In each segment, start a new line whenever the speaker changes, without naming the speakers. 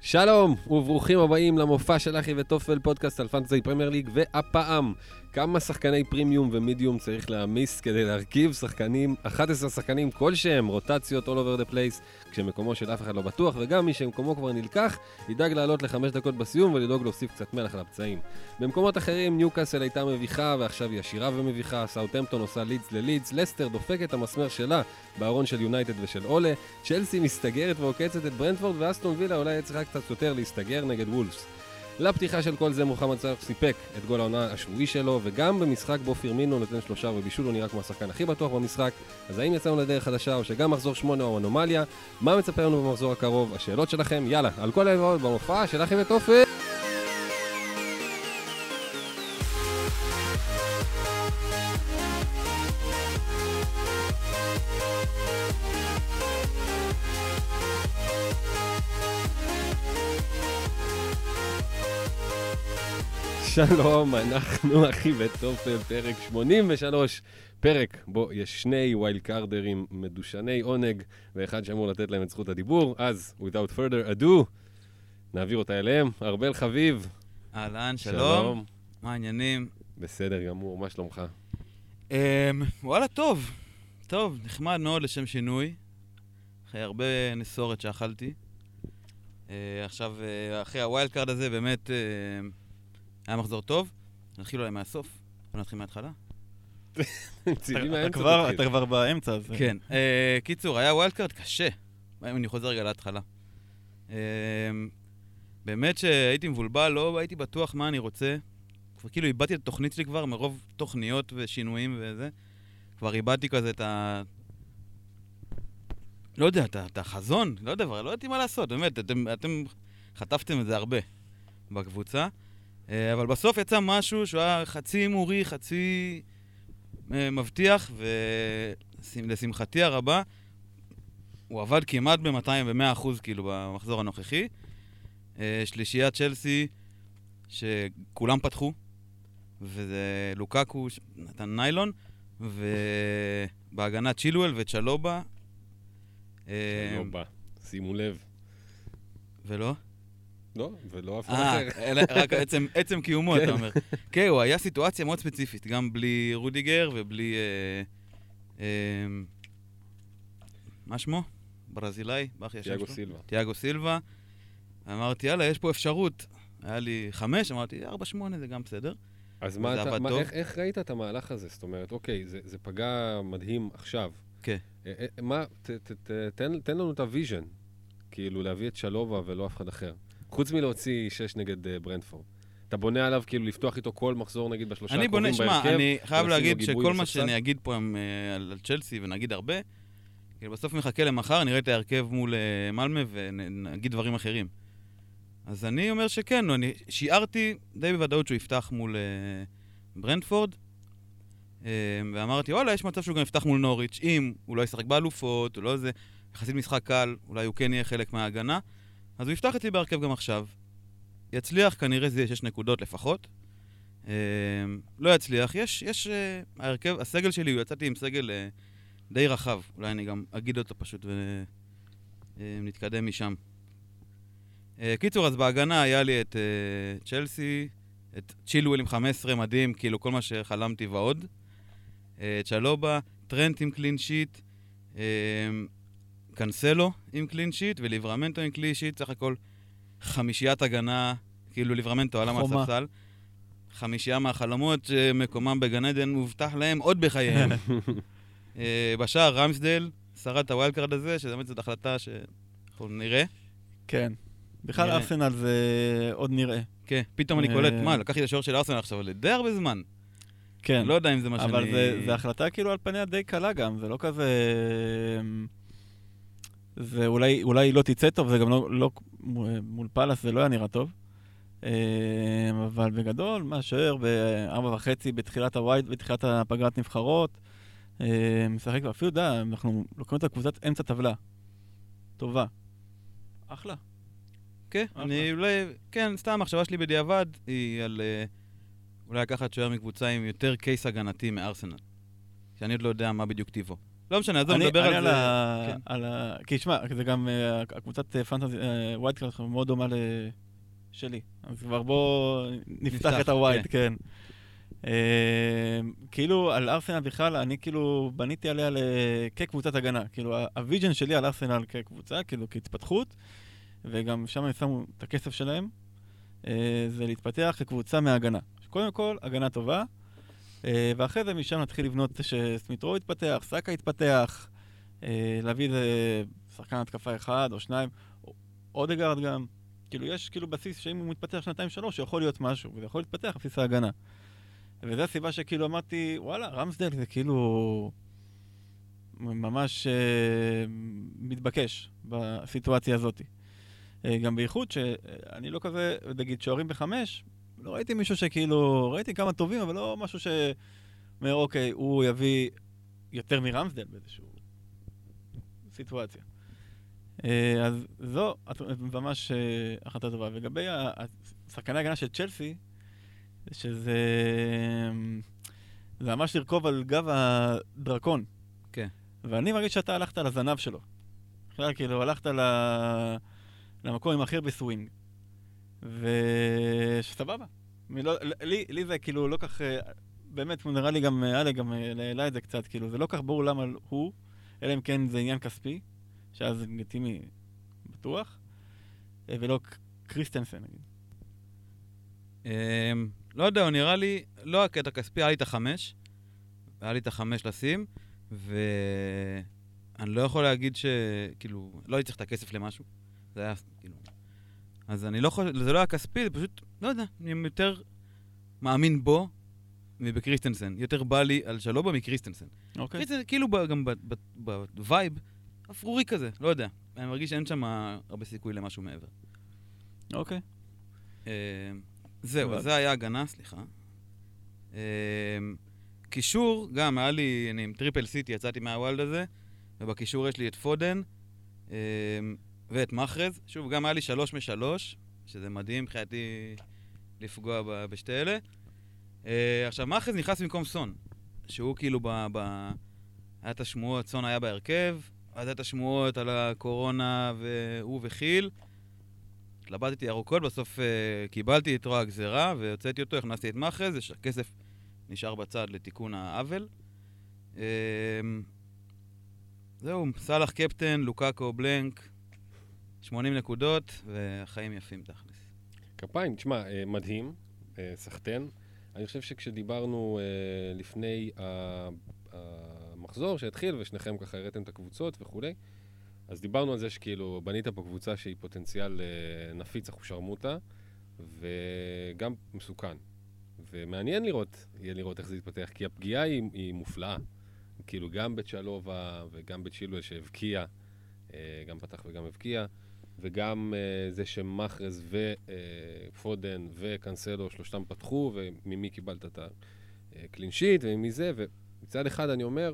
שלום וברוכים הבאים למופע של אחי וטופל, פודקאסט על פנטזי פרמייר ליג, והפעם כמה שחקני פרימיום ומידיום צריך להמיס כדי להרכיב 11 שחקנים כלשהם, רוטציות all over the place, כשמקומו של אף אחד לא בטוח, וגם מי שמקומו כבר נלקח ידאג לעלות ל5 דקות בסיום ולדאוג להוסיף קצת מלח על הפצעים. במקומות אחרים ניוקאסל הייתה מביכה ועכשיו היא עשירה ומביכה, סאות'המפטון עושה לידס ללידס, לסטר דופקת המסמר שלה בארון של יונייטד ושל אולה, צ'לסי מסתגרת ועוקצת את ברנטפורד, ואסטון וילה אולי צריכה קצת יותר להסתגר נגד וולפס. לפתיחה של כל זה מוחמד סלאח סיפק את גול העונה השבועי שלו, וגם במשחק בו פירמינו נותן 3 ובישול הוא נראה כמו השחקן הכי בטוח במשחק. אז האם יצאנו לדרך חדשה או שגם מחזור 8 או אנומליה? מה מצפה לנו במחזור הקרוב? השאלות שלכם, יאללה, על כל העברות במופע של אחי וטופל. שלום, אנחנו אחי וטופל, פרק 83, פרק בו יש 2 ווילד קארדרים מדושני עונג, ואחד שאמור לתת להם את זכות הדיבור. אז, without further ado, נעביר אותה אליהם. ארבל חביב.
אהלן, שלום. מה העניינים?
בסדר גמור, מה שלומך?
וואלה, טוב. טוב, נחמד מאוד לשם שינוי. אחרי הרבה נסורת שאכלתי. עכשיו, אחרי הווילד קארד הזה באמת... היה מחזור טוב, נתחיל אולי מהסוף, בוא נתחיל מההתחלה.
אתה כבר באמצע הזה.
כן, קיצור, היה ווילד קארד קשה, אני חוזר רגע להתחלה. באמת שהייתי מבולבל, לא הייתי בטוח מה אני רוצה, כאילו איבדתי את התוכנית שלי כבר, מרוב תוכניות ושינויים וזה, כבר איבדתי כזה את ה... לא יודע, את החזון, לא יודע, לא יודעתי מה לעשות, באמת, אתם חטפתם את זה הרבה בקבוצה. אבל בסוף יצא משהו שהוא היה חצי הימורי, חצי מבטיח, ולשמחתי הרבה, הוא עבד כמעט ב-200% כאילו במחזור הנוכחי. שלישיית צ'לסי, שכולם פתחו, וזה לוקאקו נתן ניילון, ובהגנה צ'ילואל וצ'לובה.
צ'לובה, שימו לב.
ולא?
לא, ולא אף אחד אחר.
רק עצם קיומו, אתה אומר. כן, הוא היה סיטואציה מאוד ספציפית, גם בלי רודיגר ובלי... מה שמו? ברזילאי? תיאגו סילבה. אמרתי, יאללה, יש פה אפשרות. היה לי 5, אמרתי, 4-8 זה גם בסדר.
אז איך ראית את המהלך הזה? זאת אומרת, אוקיי, זה פגע מדהים עכשיו.
כן.
תן לנו את הוויז'ן, כאילו להביא את שלובה ולא אף אחד אחר. חוץ מלהוציא 6 נגד ברנטפורד. אתה בונה עליו כאילו לפתוח איתו כל מחזור נגיד בשלושה הקרובים בהרכב.
אני בונה, שמע, אני חייב להגיד שכל מה שאני אגיד פה על צ'לסי ונגיד הרבה, כאילו בסוף מחכה למחר, נראה את ההרכב מול מלמה ונגיד דברים אחרים. אז אני אומר שכן, אני שיערתי די בוודאות שהוא יפתח מול ברנטפורד, ואמרתי, וואלה, יש מצב שהוא גם יפתח מול נוריץ', אם הוא לא ישחק באלופות, או לא איזה, יחסית משחק קל, אולי הוא כן יהיה חלק מההגנה. אז הוא יפתח אצלי בהרכב גם עכשיו. יצליח, כנראה זה יהיה 6 נקודות לפחות. לא יצליח, יש ההרכב, הסגל שלי, הוא יצאתי עם סגל די רחב. אולי אני גם אגיד אותו פשוט ונתקדם משם. קיצור, אז בהגנה היה לי את צ'לסי, את צ'ילואל עם 15 מדהים, כאילו כל מה שחלמתי ועוד. את שלובה, טרנט עם קלין שיט, קנסלו עם קלין שיט וליברמנטו עם קלין שיט, סך הכל 5 הגנה, כאילו ליברמנטו עלה מהספסל, 5 מהחלומות שמקומם בגן עדן מובטח להם עוד בחייהם. בשער רמסדל, שרד הווילד קארד הזה, שזה באמת זאת החלטה שאנחנו נראה.
כן, בכלל ארסנל זה עוד נראה.
כן, פתאום אני קולט, מה, לקחתי את השוער של ארסנל עכשיו די הרבה זמן.
כן.
לא יודע אם זה מה שאני...
אבל זה החלטה כאילו על פניה די קלה גם, זה לא כזה... זה אולי לא תצא טוב, זה גם לא מול פלס זה לא היה נראה טוב. אבל בגדול, מה שער ב-4.5 בתחילת הפגרת נבחרות, משחק, ואפילו יודע, אנחנו לוקחים את הקבוצת אמצע טבלה. טובה. אחלה.
כן, אני אולי, כן, סתם, המחשבה שלי בדיעבד היא על אולי לקחת שוער מקבוצה עם יותר קייס הגנתי מארסנל. שאני עוד לא יודע מה בדיוק טיבו. לא משנה, אז נדבר על
זה. כי שמע, זה גם הקבוצת פנטזי, ווייד קארד מאוד דומה שלי. אז כבר בוא נפתח את הווייד, כן. כאילו על ארסנל בכלל, אני כאילו בניתי עליה כקבוצת הגנה. כאילו הוויז'ן שלי על ארסנל כקבוצה, כאילו כהתפתחות, וגם שם הם שמו את הכסף שלהם, זה להתפתח כקבוצה מההגנה. קודם כל, הגנה טובה, ואחרי זה משם נתחיל לבנות שסמית'רו יתפתח, סאקה יתפתח, להביא איזה שחקן התקפה אחד או שניים, או אודגרד גם. כאילו יש כאילו בסיס שאם הוא מתפתח 2-3, יכול להיות משהו, וזה יכול להתפתח בסיס ההגנה. וזו הסיבה שכאילו אמרתי, וואלה, רמסדל זה כאילו ממש מתבקש בסיטואציה הזאת. גם בייחוד שאני לא כזה, נגיד, שוערים ב5, לא ראיתי מישהו שכאילו, ראיתי כמה טובים, אבל לא משהו שאומר, אוקיי, הוא יביא יותר מרמסדל באיזושהי סיטואציה. אז זו ממש החלטה טובה. לגבי השחקני ההגנה של צ'לסי, שזה ממש לרכוב על גב הדרקון.
כן.
ואני מרגיש שאתה הלכת על הזנב שלו. בכלל, כאילו, הלכת למקום עם הכי בסווינג. ושסבבה. לי זה כאילו לא כך, באמת, נראה לי גם, אלה גם העלה את זה קצת, כאילו, זה לא כך ברור למה הוא, אלא אם כן זה עניין כספי, שאז לגיטימי בטוח, ולא קריסטנסן, נגיד.
לא יודע, נראה לי, לא הקטע כספי, היה לי את 5 לשים, ואני לא יכול להגיד שכאילו, לא הייתי צריך את הכסף למשהו. זה היה, כאילו... אז אני לא חושב, זה לא היה כספי, זה פשוט, לא יודע, אני יותר מאמין בו מבקריסטנסן. יותר בא לי על שלובה מקריסטנסן.
אוקיי.
קריסטנסן, כאילו גם בווייב, אפרורי כזה, לא יודע. אני מרגיש שאין שם הרבה סיכוי למשהו מעבר.
אוקיי.
זהו, אז זה היה הגנה, סליחה. קישור, גם היה לי, אני עם טריפל סיטי יצאתי מהוולד הזה, ובקישור יש לי את פודן, ואת מחרז. שוב, גם היה לי 3-3, שזה מדהים, מבחינתי לפגוע בשתי אלה. עכשיו, מחרז נכנס במקום סון, שהוא כאילו היה את השמועות, סון היה בהרכב, אז את השמועות על הקורונה והוא וחיל. התלבטתי ארוכות, בסוף קיבלתי את רוע הגזרה והוצאתי אותו, הכנסתי את מחרז, הכסף נשאר בצד לתיקון העוול. זהו, סלח קפטן, לוקאקו בלנק, 80 נקודות, והחיים יפים תכלס.
כפיים, תשמע, מדהים, סחטן. אני חושב שכשדיברנו לפני המחזור שהתחיל, ושניכם ככה הראיתם את הקבוצות וכולי, אז דיברנו על זה שכאילו בנית פה קבוצה שהיא פוטנציאל נפיץ, אחושרמוטה, וגם מסוכן. ומעניין יהיה לראות איך זה יתפתח, כי הפגיעה היא מופלאה. כאילו גם בצ'לובה וגם בצ'ילואל שהבקיע, גם פתח וגם הבקיע, וגם זה שמחרז ופודן וקנסלו שלושתם פתחו, וממי קיבלת את הקלין שיט וממי זה, ומצד אחד אני אומר,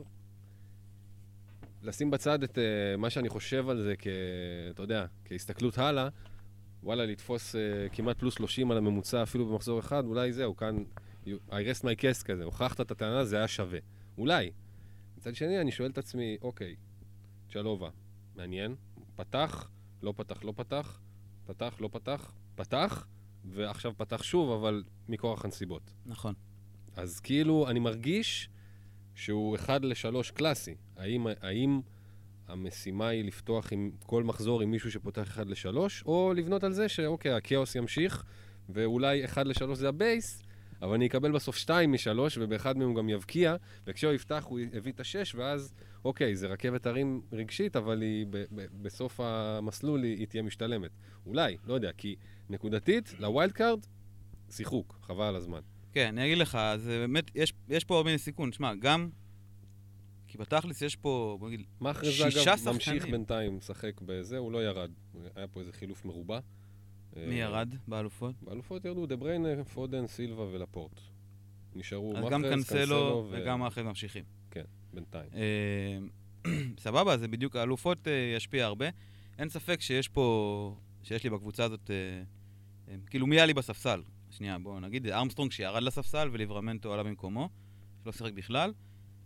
לשים בצד את מה שאני חושב על זה אתה יודע, כהסתכלות הלאה, וואלה, לתפוס כמעט פלוס 30 על הממוצע אפילו במחזור אחד, אולי זהו, כאן, I rest my case כזה, הוכחת את הטענה, זה היה שווה. אולי. מצד שני, אני שואל את עצמי, אוקיי, צ'לובה, מעניין, פתח, לא פתח, לא פתח, פתח, לא פתח, פתח, ועכשיו פתח שוב, אבל מכורח הנסיבות.
נכון.
אז כאילו, אני מרגיש שהוא 1-3 קלאסי. האם המשימה היא לפתוח עם כל מחזור עם מישהו שפותח 1-3, או לבנות על זה שאוקיי, הכאוס ימשיך, ואולי 1-3 זה הבייס, אבל אני אקבל בסוף 2 מ-3, ובאחד מהם הוא גם יבקיע, וכשהוא יפתח הוא הביא את 6, ואז אוקיי, זה רכבת הרים רגשית, אבל היא בסוף המסלול היא תהיה משתלמת. אולי, לא יודע, כי נקודתית, לווילד קארד, שיחוק, חבל על הזמן.
כן, אני אגיד לך, זה באמת, יש פה הרבה מיני סיכון. תשמע, גם, כי בתכלס יש פה, בוא נגיד, 6 שחקנים.
מחרז אגב ממשיך בינתיים לשחק בזה, הוא לא ירד. היה פה איזה חילוף מרובה.
מי ירד באלופות?
באלופות ירדו דבריינה, פודן, סילבה ולפורט. נשארו מחרז,
אז גם קנסלו וגם מחרז ממשיכים.
כן, בינתיים.
סבבה, זה בדיוק, האלופות ישפיע הרבה. אין ספק שיש לי בקבוצה הזאת, כאילו מי היה לי בספסל? שנייה, בואו נגיד, ארמסטרונג שירד לספסל וליברמנטו עלה במקומו, שלא שיחק בכלל.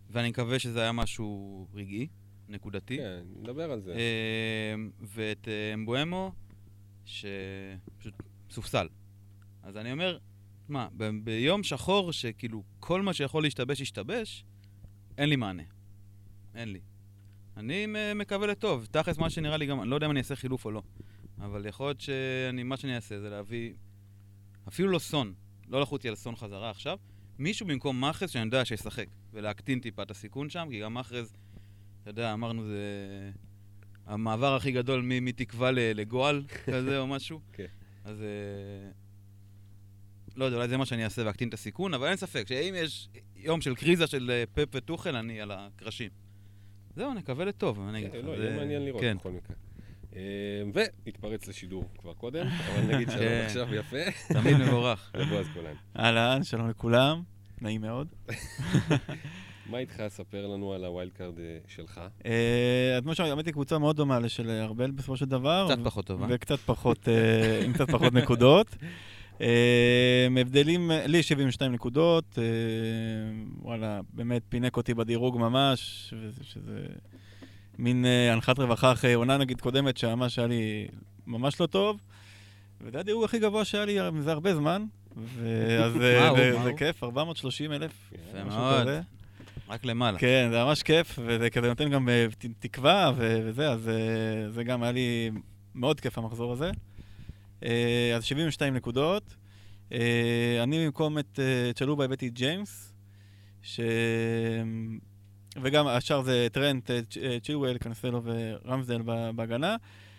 ואני מקווה שזה היה משהו רגעי, נקודתי.
כן, נדבר על זה.
ואת אמבואמו, שפשוט סופסל. אז אני אומר, מה, ביום שחור שכאילו כל מה שיכול להשתבש, ישתבש, אין לי מענה. אין לי. אני מקווה לטוב. תכלס מה שנראה לי גם, אני לא יודע אם אני אעשה חילוף או לא, אבל יכול להיות מה שאני אעשה זה להביא, אפילו לא סון, לא לחותי על סון חזרה עכשיו, מישהו במקום מחרז שאני יודע שישחק, ולהקטין טיפה את הסיכון שם, כי גם מחרז, אתה יודע, אמרנו זה המעבר הכי גדול מתקווה לגועל כזה או משהו. אז לא יודע, אולי זה מה שאני אעשה והקטין את הסיכון, אבל אין ספק שאם יש יום של קריזה של פפ וטוחל, אני על הקרשים. זהו, נקווה לטוב.
לא, יהיה מעניין לראות בכל מקרה. והתפרץ לשידור כבר קודם, אבל נגיד שלום עכשיו יפה.
תמיד מבורך.
לבועז קולן.
אהלן, שלום לכולם, נעים מאוד.
מה איתך? ספר לנו על הווילד קארד שלך.
אז כמו שאמרתי, האמת היא קבוצה מאוד דומה לשל ארבל בסופו של דבר.
קצת פחות טובה.
וקצת פחות, עם קצת פחות נקודות. מבדלים, לי 72 נקודות, וואלה, באמת פינק אותי בדירוג ממש, שזה מין הנחת רווחה אחרי עונה נגיד קודמת שממש היה לי ממש לא טוב, וזה הדירוג הכי גבוה שהיה לי זה הרבה זמן, אז זה כיף, 430,000.
יפה מאוד, רק למעלה.
כן, זה ממש כיף, וזה כזה נותן גם תקווה וזה, אז זה גם היה לי מאוד כיף המחזור הזה. אז 72 נקודות. אני במקום את צ'לובה הבאתי ג'יימס, וגם השאר זה טרנט, צ'ילואל, קנסלו ורמסדל בהגנה,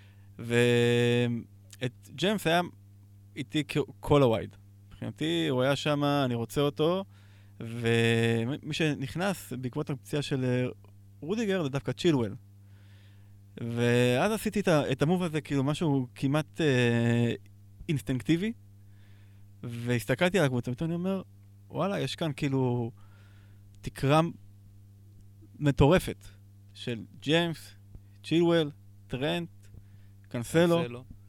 ואת ג'יימס היה איתי כל הווייד. מבחינתי הוא היה שם, אני רוצה אותו, ומי שנכנס בעקבות הפציעה של רודיגר זה דווקא צ'ילואל. ואז עשיתי את המוב הזה כאילו משהו כמעט אינסטינקטיבי, והסתכלתי על הקבוצה, ואני אומר, וואלה, יש כאן כאילו תקרה מטורפת של ג'יימס, צ'ילואל, טרנט, קנסלו.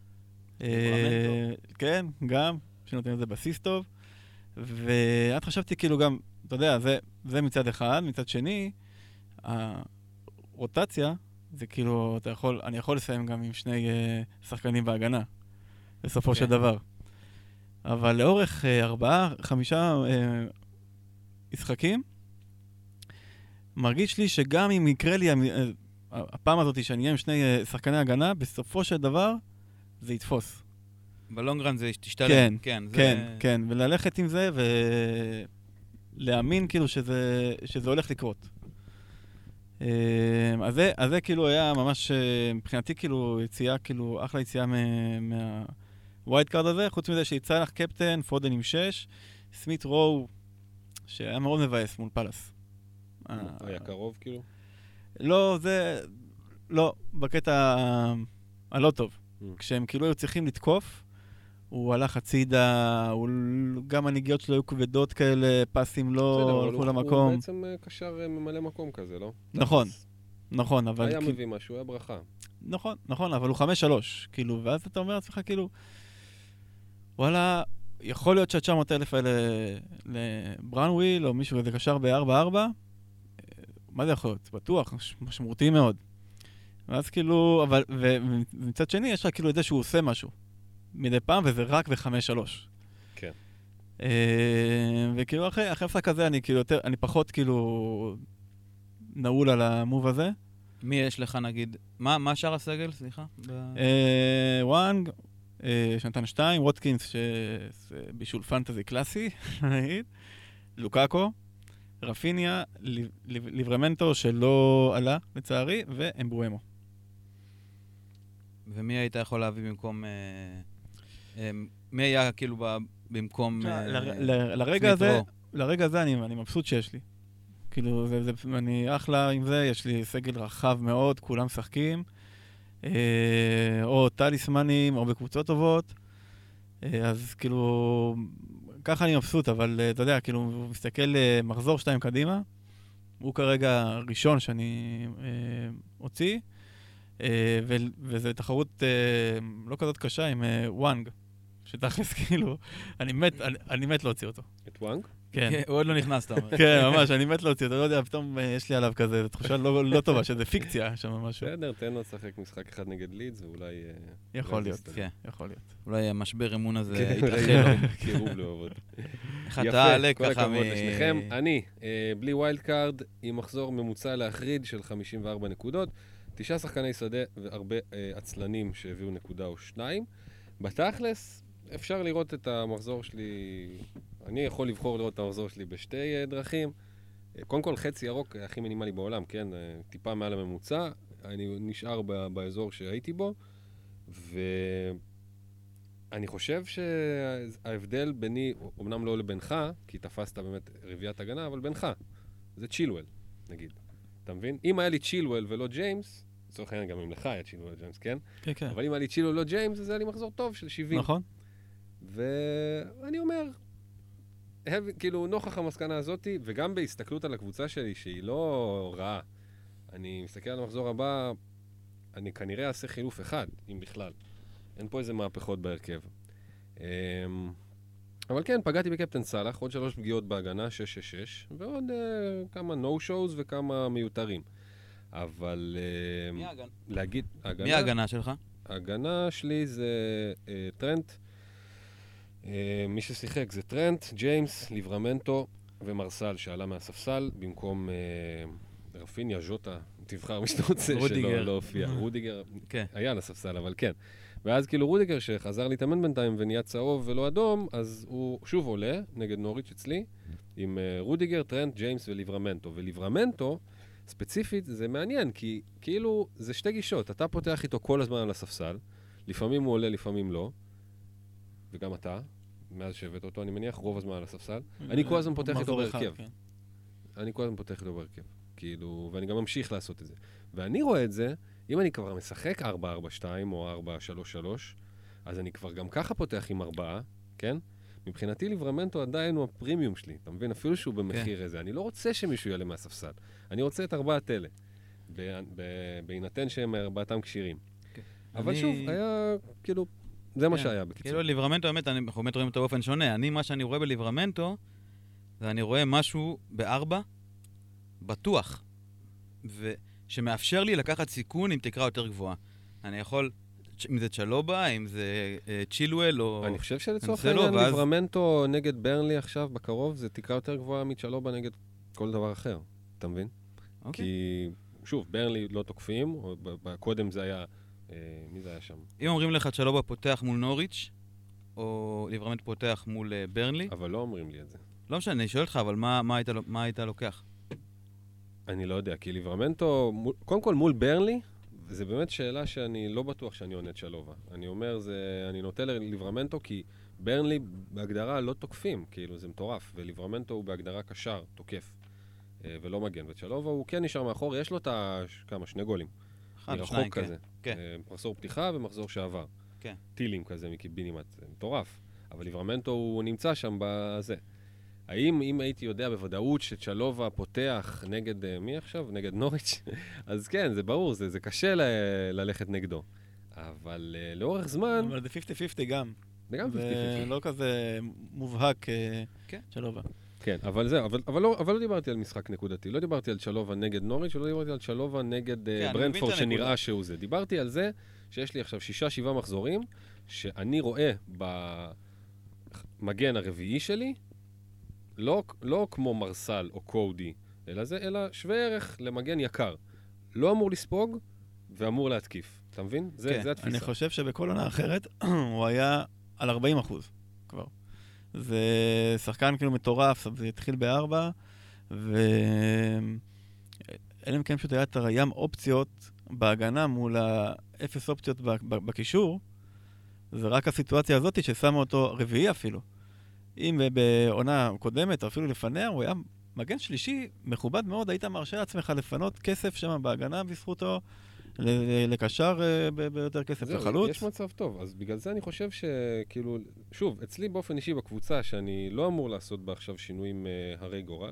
כן, גם, שנותן את זה בסיס טוב. ועד חשבתי כאילו גם, אתה יודע, זה מצד אחד, מצד שני, הרוטציה, זה כאילו, אני יכול לסיים גם עם שני שחקנים בהגנה, בסופו של דבר. אבל לאורך 4-5 משחקים, מרגיש לי שגם אם יקרה לי הפעם הזאת שאני אהיה עם שני שחקני הגנה, בסופו של דבר זה יתפוס.
בלונגרן זה תשתלם.
כן, וללכת עם זה ולהאמין כאילו שזה הולך לקרות. אז זה כאילו היה ממש, מבחינתי כאילו יציאה, כאילו אחלה יציאה מהווייד קארד הזה, חוץ מזה שיצא לך קפטן, פודן עם 6, סמית רו, שהיה מאוד מבאס מול פלס.
היה קרוב כאילו?
לא, בקטע הלא טוב. כשהם כאילו היו צריכים לתקוף, הוא הלך הצידה, גם הנגיעות שלו היו כבדות כאלה, פסים לא הלכו למקום.
הוא בעצם קשר ממלא מקום כזה, לא?
נכון, אבל...
היה מביא משהו, היה ברכה.
נכון, אבל הוא 5-3, כאילו, ואז אתה אומר לעצמך, כאילו, וואלה, יכול להיות שה-900,000 האלה לברנוויל, או מישהו כזה קשר ב-4-4, מה זה יכול להיות? בטוח, משמעותי מאוד. ואז כאילו, אבל, ומצד שני, יש לך כאילו את זה שהוא עושה משהו. מדי פעם, וזה רק ב-5-3.
כן.
וכאילו אחרי הפסק הזה, אני פחות כאילו נעול על המוב הזה.
מי יש לך נגיד? מה שאר הסגל, סליחה?
וואנג, שנתן 2, ווטקינס, שבישול פנטזי קלאסי, נגיד, לוקאקו, רפיניה, ליברמנטו שלא עלה, לצערי, ואמבואמו.
ומי היית יכול להביא במקום... מי היה כאילו במקום...
לרגע הזה אני מבסוט שיש לי. כאילו, אני אחלה עם זה, יש לי סגל רחב מאוד, כולם משחקים. או טליסמנים, או בקבוצות טובות. אז כאילו, ככה אני מבסוט, אבל אתה יודע, כאילו, הוא מסתכל מחזור 2 קדימה. הוא כרגע הראשון שאני הוציא. וזו תחרות לא כזאת קשה עם וואנג, שתכלס כאילו, אני מת להוציא אותו.
את וואנג?
כן.
הוא עוד לא נכנס, אתה אומר.
כן, ממש, אני מת להוציא, אתה לא יודע, פתאום יש לי עליו כזה, תחושה לא טובה, שזה פיקציה שם משהו.
בסדר, תן לו לשחק משחק אחד נגד לידס, ואולי...
יכול להיות, כן, יכול להיות.
אולי המשבר אמון הזה יתרחל לו.
קירוב לעבוד.
איך אתה עלה
כל
ככה
הכבוד לשניכם. אני, בלי ווילד קארד, עם מחזור ממוצע להחריד של 54 נקודות, 9 שחקני שדה והרבה עצלנים שהביאו נקודה או 2. בתכלס, אפשר לראות את המחזור שלי, אני יכול לבחור לראות את המחזור שלי בשתי דרכים. קודם כל, חצי ירוק הכי מינימלי בעולם, כן? טיפה מעל הממוצע. אני נשאר באזור שהייתי בו, ואני חושב שההבדל ביני, אמנם לא לבינך, כי תפסת באמת רביעת הגנה, אבל בינך, זה צ'ילואל, נגיד. אתה מבין? אם היה לי צ'ילואל ולא ג'יימס, לצורך העניין גם אם לך היה צ'ילואל ולא ג'יימס, כן?
כן, כן.
אבל אם היה לי צ'ילואל ולא ג'יימס, אז היה לי מחזור טוב של 70.
נכון.
ואני אומר, כאילו, נוכח המסקנה הזאת, וגם בהסתכלות על הקבוצה שלי, שהיא לא רעה, אני מסתכל על המחזור הבא, אני כנראה אעשה חילוף אחד, אם בכלל. אין פה איזה מהפכות בהרכב. אבל כן, פגעתי בקפטן סלאח, עוד 3 פגיעות בהגנה, 6-6-6, ועוד כמה no-shows וכמה מיותרים. אבל להגיד...
מי ההגנה שלך?
ההגנה שלי זה טרנט. מי ששיחק זה טרנט, ג'יימס, ליברמנטו ומרסל שעלה מהספסל במקום רפיניה, ז'וטה, תבחר מי שאתה רוצה שלא הופיע. רודיגר היה על הספסל, אבל כן. ואז כאילו רודיגר שחזר להתאמן בינתיים ונהיה צהוב ולא אדום, אז הוא שוב עולה נגד נוריץ' אצלי עם רודיגר, טרנט, ג'יימס וליברמנטו. וליברמנטו ספציפית זה מעניין, כי כאילו זה שתי גישות. אתה פותח איתו כל הזמן על הספסל, לפעמים הוא עולה, לפעמים לא. וגם אתה, מאז שהבאת אותו, אני מניח, רוב הזמן על הספסל. אני כל הזמן פותח איתו בהרכב. אני כל הזמן פותח איתו בהרכב. כאילו, ואני גם ממשיך לעשות את זה. ואני רואה את זה, אם אני כבר משחק 4-4-2 או 4-3-3, אז אני כבר גם ככה פותח עם 4, כן? מבחינתי ליברמנטו עדיין הוא הפרימיום שלי. אתה מבין? אפילו שהוא במחיר איזה. אני לא רוצה שמישהו יעלה מהספסל. אני רוצה את 4 אלה. בהינתן שהם 4 קשירים. אבל שוב, היה כאילו... זה מה שהיה בקיצור.
כאילו ליברמנטו, באמת, אנחנו באמת רואים אותו באופן שונה. מה שאני רואה בליברמנטו, זה אני רואה משהו ב4, בטוח, שמאפשר לי לקחת סיכון עם תקרה יותר גבוהה. אני יכול, אם זה צ'לובה, אם זה צ'ילואל או...
אני חושב שלצורך העניין ליברמנטו נגד ברנלי עכשיו בקרוב, זה תקרה יותר גבוהה מצ'לובה נגד כל דבר אחר. אתה מבין? כי, שוב, ברנלי לא תוקפים, קודם זה היה... מי זה היה שם?
אם אומרים לך צ'לובה פותח מול נוריץ', או ליברמנטו פותח מול ברנלי...
אבל לא אומרים לי את זה.
לא משנה, אני שואל לך, אבל מה היית לוקח?
אני לא יודע, כי ליברמנטו, קודם כל מול ברנלי, זה באמת שאלה שאני לא בטוח שאני עונה צ'לובה. אני אומר, אני נוטה לליברמנטו, כי ברנלי בהגדרה לא תוקפים, כאילו זה מטורף, וליברמנטו הוא בהגדרה קשר, תוקף, ולא מגן. וצ'לובה הוא כן נשאר מאחור, יש לו את כמה, 2 גולים. מרחוק כזה. מחזור פתיחה ומחזור שעבר. טילים כזה מקיבינימט, זה מטורף. אבל ליברמנטו הוא נמצא שם בזה. האם אם הייתי יודע בוודאות שצ'לובה פותח נגד מי עכשיו? נגד נוריץ'? אז כן, זה ברור, זה קשה ללכת נגדו. אבל לאורך זמן...
אבל זה 50-50 גם.
זה גם 50-50.
זה לא כזה מובהק צ'לובה.
כן, אבל לא דיברתי על משחק נקודתי. לא דיברתי על צ'לובה נגד נוריץ' ולא דיברתי על צ'לובה נגד ברנפורד שנראה שהוא זה. דיברתי על זה שיש לי עכשיו 6-7 מחזורים שאני רואה במגן הרביעי שלי לא כמו מרסל או קודי, אלא שווה ערך למגן יקר. לא אמור לספוג ואמור להתקיף. אתה מבין? זה התפיסה.
אני חושב שבכל עונה אחרת הוא היה על 40% כבר. זה שחקן כאילו מטורף, זה התחיל ב4, ואלה מכן פשוט היה ים אופציות בהגנה מול 0 אופציות בקישור. זה רק הסיטואציה הזאת ששמה אותו רביעי אפילו. אם בעונה קודמת, או אפילו לפניה, הוא היה מגן שלישי מכובד מאוד, היית מרשה לעצמך לפנות כסף שם בהגנה בזכותו, לקשר ביותר כסף לחלוץ.
יש מצב טוב, אז בגלל זה אני חושב שכאילו, שוב, אצלי באופן אישי בקבוצה, שאני לא אמור לעשות בה עכשיו שינויים הרי גורל,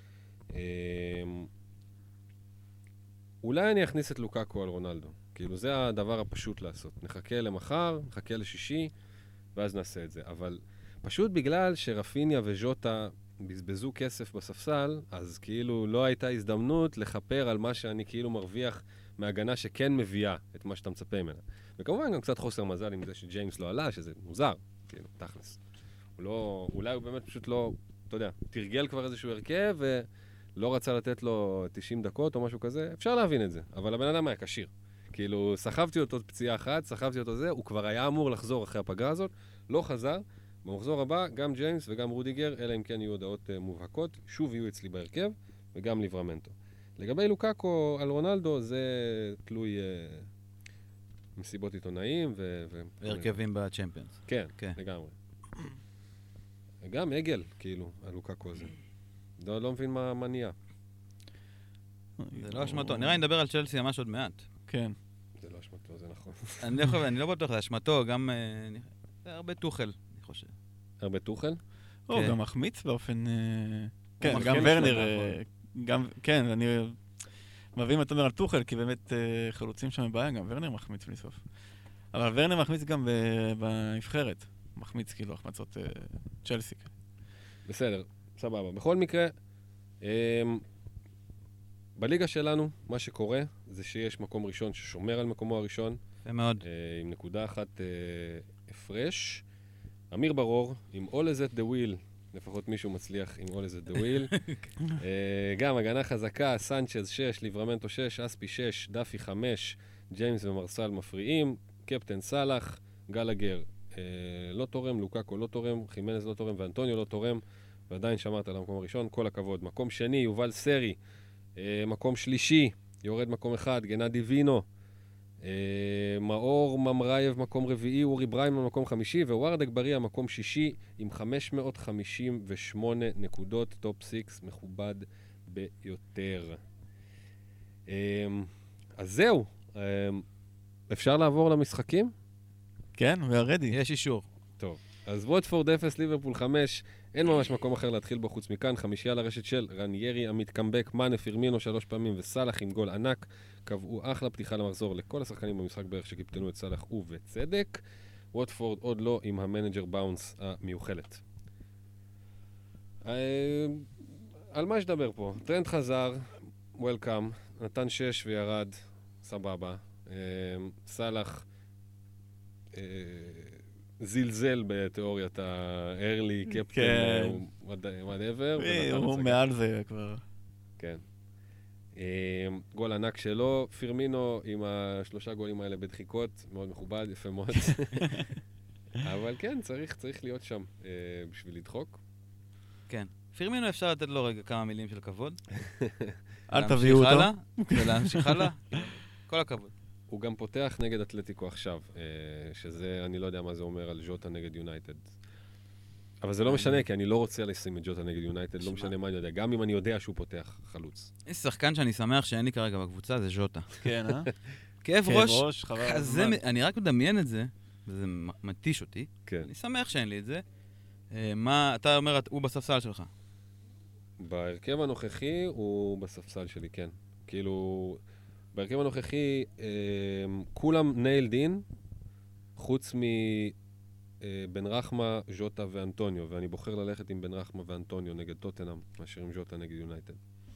אולי אני אכניס את לוקאקו על רונלדו. כאילו, זה הדבר הפשוט לעשות. נחכה למחר, נחכה לשישי, ואז נעשה את זה. אבל פשוט בגלל שרפיניה וז'וטה בזבזו כסף בספסל, אז כאילו לא הייתה הזדמנות לחפר על מה שאני כאילו מרוויח מהגנה שכן מביאה את מה שאתה מצפה ממנה. וכמובן גם קצת חוסר מזל עם זה שג'יימס לא עלה, שזה מוזר, כאילו, תכלס. אולי הוא באמת פשוט לא, אתה יודע, תרגל כבר איזשהו הרכב ולא רצה לתת לו 90 דקות או משהו כזה, אפשר להבין את זה, אבל הבן אדם היה קשיר. כאילו, סחבתי אותו פציעה אחת, סחבתי אותו זה, הוא כבר היה אמור לחזור אחרי הפגרה הזאת, לא חזר. במחזור הבא, גם ג'יימס וגם רודיגר, אלא אם כן יהיו הודעות מובהקות, שוב יהיו אצלי בהרכב, וגם ליברמנטו. לגבי לוקאקו על רונלדו, זה תלוי מסיבות עיתונאים
והרכבים בצ'מפיונס.
כן, לגמרי. גם עגל, כאילו, על לוקאקו הזה. לא מבין מה נהיה.
זה לא אשמתו. נראה לי נדבר על צ'לסי ממש עוד מעט.
כן.
זה לא אשמתו, זה נכון.
אני לא בטוח, זה אשמתו, גם... זה הרבה טוחל, אני חושב.
הרבה טוחל?
או, גם מחמיץ באופן... כן, גם ורנר... כן, אני מבין מה אתה אומר על טוחל, כי באמת חלוצים שם בבעיה, גם ורנר מחמיץ בלי סוף. אבל ורנר מחמיץ גם בנבחרת. מחמיץ כאילו החמצות צ'לסי.
בסדר, סבבה. בכל מקרה, בליגה שלנו, מה שקורה זה שיש מקום ראשון ששומר על מקומו הראשון.
זה מאוד.
עם נקודה אחת הפרש. אמיר ברור, עם All is at the wheel, לפחות מישהו מצליח עם All is at the wheel. גם הגנה חזקה, סנצ'ז 6, ליברמנטו 6, אספי 6, דאפי 5, ג'יימס ומרסל מפריעים, קפטן סלאח, גלגר לא תורם, לוקאקו לא תורם, חימנז לא תורם ואנטוניו לא תורם, ועדיין שמרת על המקום הראשון, כל הכבוד. מקום שני, יובל סרי, מקום שלישי, יורד מקום אחד, גנדי וינו, מאור ממרייב מקום רביעי, אורי בריימן מקום חמישי, וווארד אגבריה מקום שישי עם 558 נקודות, טופ 6 מכובד ביותר. אז זהו, אפשר לעבור למשחקים?
כן, והרדי.
יש אישור.
טוב, אז ווטפורד 0, ליברפול 5, אין ממש מקום אחר להתחיל בו חוץ מכאן, חמישייה לרשת של רניירי, עמית קמבק, מאנה, פירמינו 3 פעמים וסלאח עם גול ענק, קבעו אחלה פתיחה למחזור לכל השחקנים במשחק בערך שקיפטנו את סלאח ובצדק. ווטפורד עוד לא עם המנג'ר באונס המיוחלת. על מה שדבר פה? טרנד חזר, וולקאם, נתן 6 וירד, סבבה. סלאח זלזל בתיאוריית ה-early captain, whatever.
הוא מעל זה כבר.
כן. גול ענק שלו, פירמינו עם 3 גולים האלה בדחיקות, מאוד מכובד, יפה מאוד. אבל כן, צריך להיות שם בשביל לדחוק.
כן. פירמינו אפשר לתת לו רגע כמה מילים של כבוד.
אל תביאו אותו.
ולהמשיך הלאה. כל הכבוד.
הוא גם פותח נגד אתלטיקו עכשיו, שזה, אני לא יודע מה זה אומר על ז'וטה נגד יונייטד. אבל זה לא משנה, כי אני לא רוצה לשים את ג'וטה נגד יונייטד, לא משנה מה אני יודע, גם אם אני יודע שהוא פותח חלוץ.
יש שחקן שאני שמח שאין לי כרגע בקבוצה, זה ז'וטה.
כן,
כאב ראש, כזה, אני רק מדמיין את זה, וזה מתיש אותי. אני שמח שאין לי את זה. מה, אתה אומר, הוא בספסל שלך?
בהרכב הנוכחי הוא בספסל שלי, כן. כאילו, בהרכב הנוכחי כולם nailed in, חוץ בן רחמה, ז'וטה ואנטוניו, ואני בוחר ללכת עם בן רחמה ואנטוניו נגד טוטנהאם, מאשר עם ז'וטה נגד יונייטד.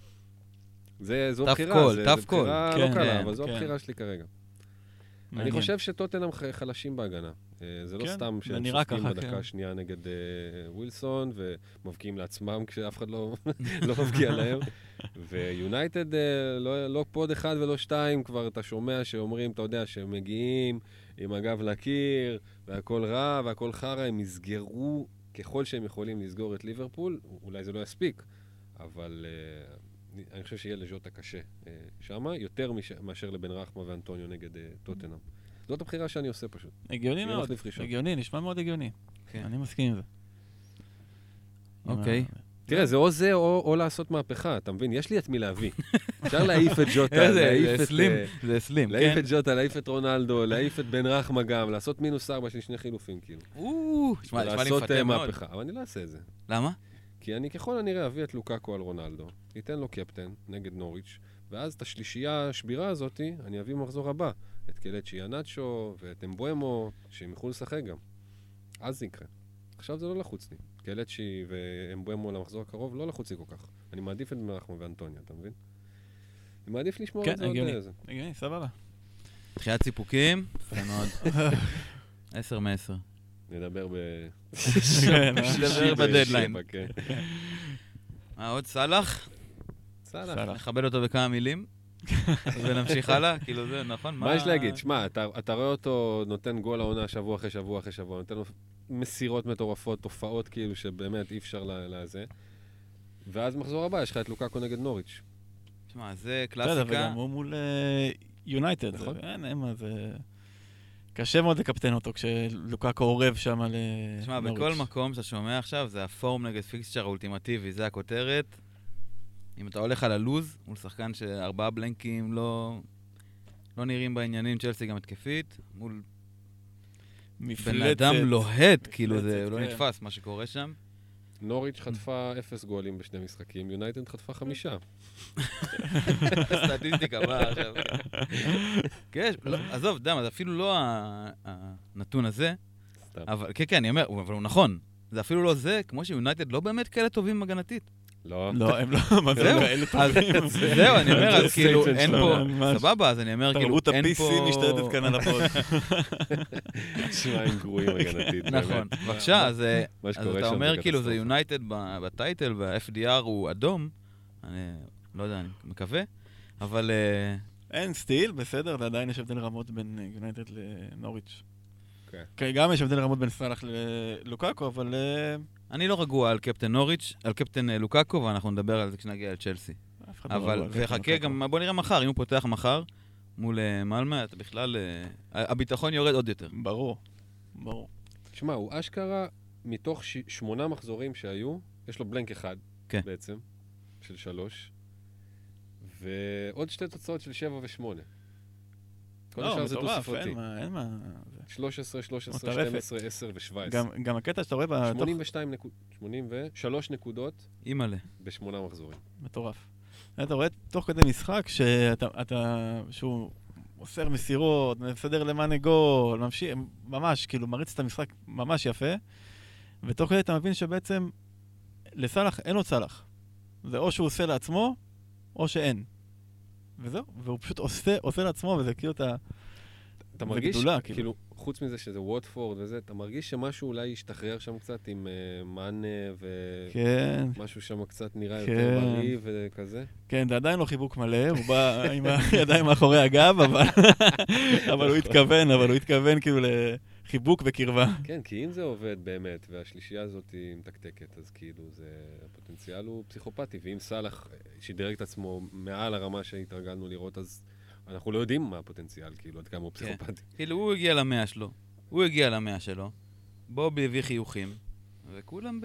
זו בחירה, זו בחירה לא קלה, אבל זו הבחירה שלי כרגע. אני חושב שטוטנהאם חלשים בהגנה. זה לא סתם שהם שופטים בדקה השנייה נגד ווילסון, ומבקיעים לעצמם כשאף אחד לא מבקיע להם. ויונייטד, לא פוד אחד ולא 2, כבר אתה שומע שאומרים, אתה יודע, שהם מגיעים עם הגב לקיר, והכל רע והכל חרא, הם יסגרו ככל שהם יכולים לסגור את ליברפול, אולי זה לא יספיק, אבל אני חושב שיהיה לז'וטה קשה שמה, יותר מאשר לבן רחמה ואנטוניו נגד טוטנהאם. זאת הבחירה שאני עושה פשוט.
הגיוני מאוד, הגיוני, נשמע מאוד הגיוני. אני מסכים עם זה.
אוקיי.
תראה, זה או זה או לעשות מהפכה, אתה מבין? יש לי את מי להביא. אפשר להעיף את ג'וטה,
זה סלים,
להעיף את ג'וטה, להעיף את רונלדו, להעיף את בן רחמה גם, לעשות -4 של 2 חילופים, כאילו. לעשות מהפכה, אבל אני לא אעשה את זה.
למה?
כי אני ככל הנראה אביא את לוקאקו על רונלדו, ניתן לו קפטן נגד נוריץ', ואז את השלישייה השבירה הזאת, אני אביא במחזור הבא. את קלצ'י אנאצ'ו ואת אמבואמו, שהם יוכלו לשחק גם. אז זה יקרה. עכשיו זה לא לחוץ לי. קלצ'י ואמבואמו למחזור הקרוב לא לחוצי כל כך. אני מעדיף את מנחם ואנטוניה, אתה מבין? אני מעדיף לשמור את זה עוד איזה.
כן, הגיוני, סבבה.
תחיית סיפוקים, יפה מאוד. 10 מ-10.
נדבר
נדבר בדדליין. עוד סלח?
סלח.
נכבד אותו בכמה מילים, ונמשיך הלאה, כאילו זה נכון?
מה יש להגיד? שמע, אתה רואה אותו נותן גול העונה שבוע אחרי שבוע אחרי שבוע, נותן לו מסירות מטורפות, תופעות כאילו שבאמת אי אפשר לזה, ואז מחזור הבא, יש לך את לוקאקו נגד נוריץ'.
תשמע, זה קלאסיקה.
וגם הוא מול יונייטד,
נכון.
זה קשה מאוד לקפטן אותו כשלוקאקו עורב שם לנוריץ'.
תשמע, בכל מקום שאתה שומע עכשיו, זה הפורם נגד פיקסצ'ר האולטימטיבי, זה הכותרת. אם אתה הולך על הלוז, מול שחקן ש4 בלנקים לא נראים בעניינים, צ'לסי גם התקפית, מול בן אדם לוהט, כאילו זה לא נתפס מה שקורה שם.
נוריץ' חטפה 0 גולים בשני משחקים, יונייטד חטפה 5.
סטטיסטיקה, מה עכשיו? כן, עזוב, דם, זה אפילו לא הנתון הזה, אבל כן, אני אומר, אבל הוא נכון. זה אפילו לא זה, כמו שיונייטד לא באמת כאלה טובים הגנתית.
לא.
לא, הם לא, מה זה לא כאלה טובים?
זהו, אני אומר, אז כאילו, אין פה, סבבה, אז אני אומר, כאילו, אין פה...
תרבות ה-PC משתלטת כאן על הפוד.
שמיים גרועים הגנתית.
נכון, בבקשה, אז אתה אומר, כאילו, זה יונייטד בטייטל, וה-FDR הוא אדום, אני לא יודע, אני מקווה, אבל...
אין סטיל, בסדר, ועדיין יש הבדל רמות בין יונייטד לנוריץ'.
כן.
גם יש הבדל רמות בין סלח ללוקאקו, אבל...
אני לא רגוע על קפטן נוריץ', על קפטן לוקאקו, ואנחנו נדבר על זה כשנגיע לצ'לסי. אבל, וחכה גם, בוא נראה מחר, אם הוא פותח מחר מול מלמה, אתה בכלל, הביטחון יורד עוד יותר.
ברור, ברור.
תשמע, הוא אשכרה, מתוך 8 מחזורים שהיו, יש לו בלנק אחד, בעצם, של 3, ועוד 2 תוצאות של 7 ו8.
לא, מטורף, אין מה...
13, 12, 10 ו17.
גם הקטע שאתה רואה...
83 נקודות.
אימאלה.
ב8 מחזורים.
מטורף. אתה רואה תוך כדי משחק שהוא מוסר מסירות, מסדר למענה גול, ממשיך, ממש, כאילו מריץ את המשחק ממש יפה, ותוך כדי אתה מבין שבעצם לסלח אין לו צלח. זה או שהוא עושה לעצמו, או שאין. וזהו, והוא פשוט עושה לעצמו, וזה כאילו
אתה מרגיש, כאילו, חוץ מזה שזה ווטפורד וזה, אתה מרגיש שמשהו אולי ישתחרר שם קצת עם מאנה ומשהו שם קצת נראה יותר בריא וכזה?
כן, זה עדיין לא חיבוק מלא, הוא בא עם הידיים מאחורי הגב, אבל הוא התכוון כאילו לחיבוק וקרבה.
כן, כי אם זה עובד באמת, והשלישייה הזאת היא מתקתקת, אז כאילו הפוטנציאל הוא פסיכופתי, ואם סלח שידרג את עצמו מעל הרמה שהתרגלנו לראות, אז אנחנו לא יודעים מה הפוטנציאל, כאילו, עד כמה הוא פסיכופתי.
כאילו, הוא הגיע ל100 שלו, הוא הגיע ל100 שלו, בובי הביא חיוכים, וכולם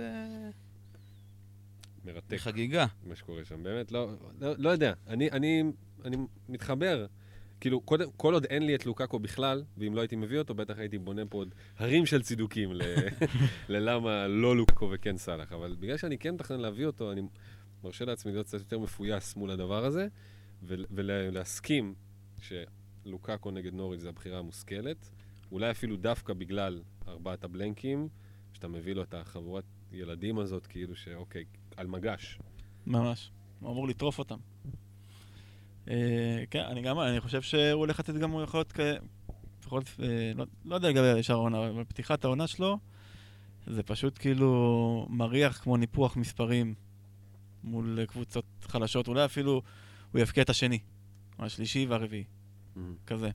מרתק.
בחגיגה.
מה שקורה שם, באמת, לא יודע. אני מתחבר. כאילו, כל עוד אין לי את לוקאקו בכלל, ואם לא הייתי מביא אותו, בטח הייתי בונה פה עוד הרים של צידוקים ללמה לא לוקאקו וכן סלח. אבל בגלל שאני כן מתכנן להביא אותו, אני מרשה לעצמי להיות קצת יותר מפויס מול הדבר הזה, ולהסכים שלוקאקו נגד נוריץ' זה הבחירה המושכלת, אולי אפילו דווקא בגלל 4 הבלנקים, שאתה מביא לו את החבורת ילדים הזאת, כאילו שאוקיי, על מגש.
ממש, הוא אמור לטרוף אותם. כן, אני חושב שהוא הולך לתת גם, הוא יכול להיות, לא יודע לגבי ישר העונה, אבל פתיחת העונה שלו, זה פשוט כאילו מריח כמו ניפוח מספרים מול קבוצות חלשות, אולי אפילו הוא יפקיע את השני, השלישי והרביעי, כזה.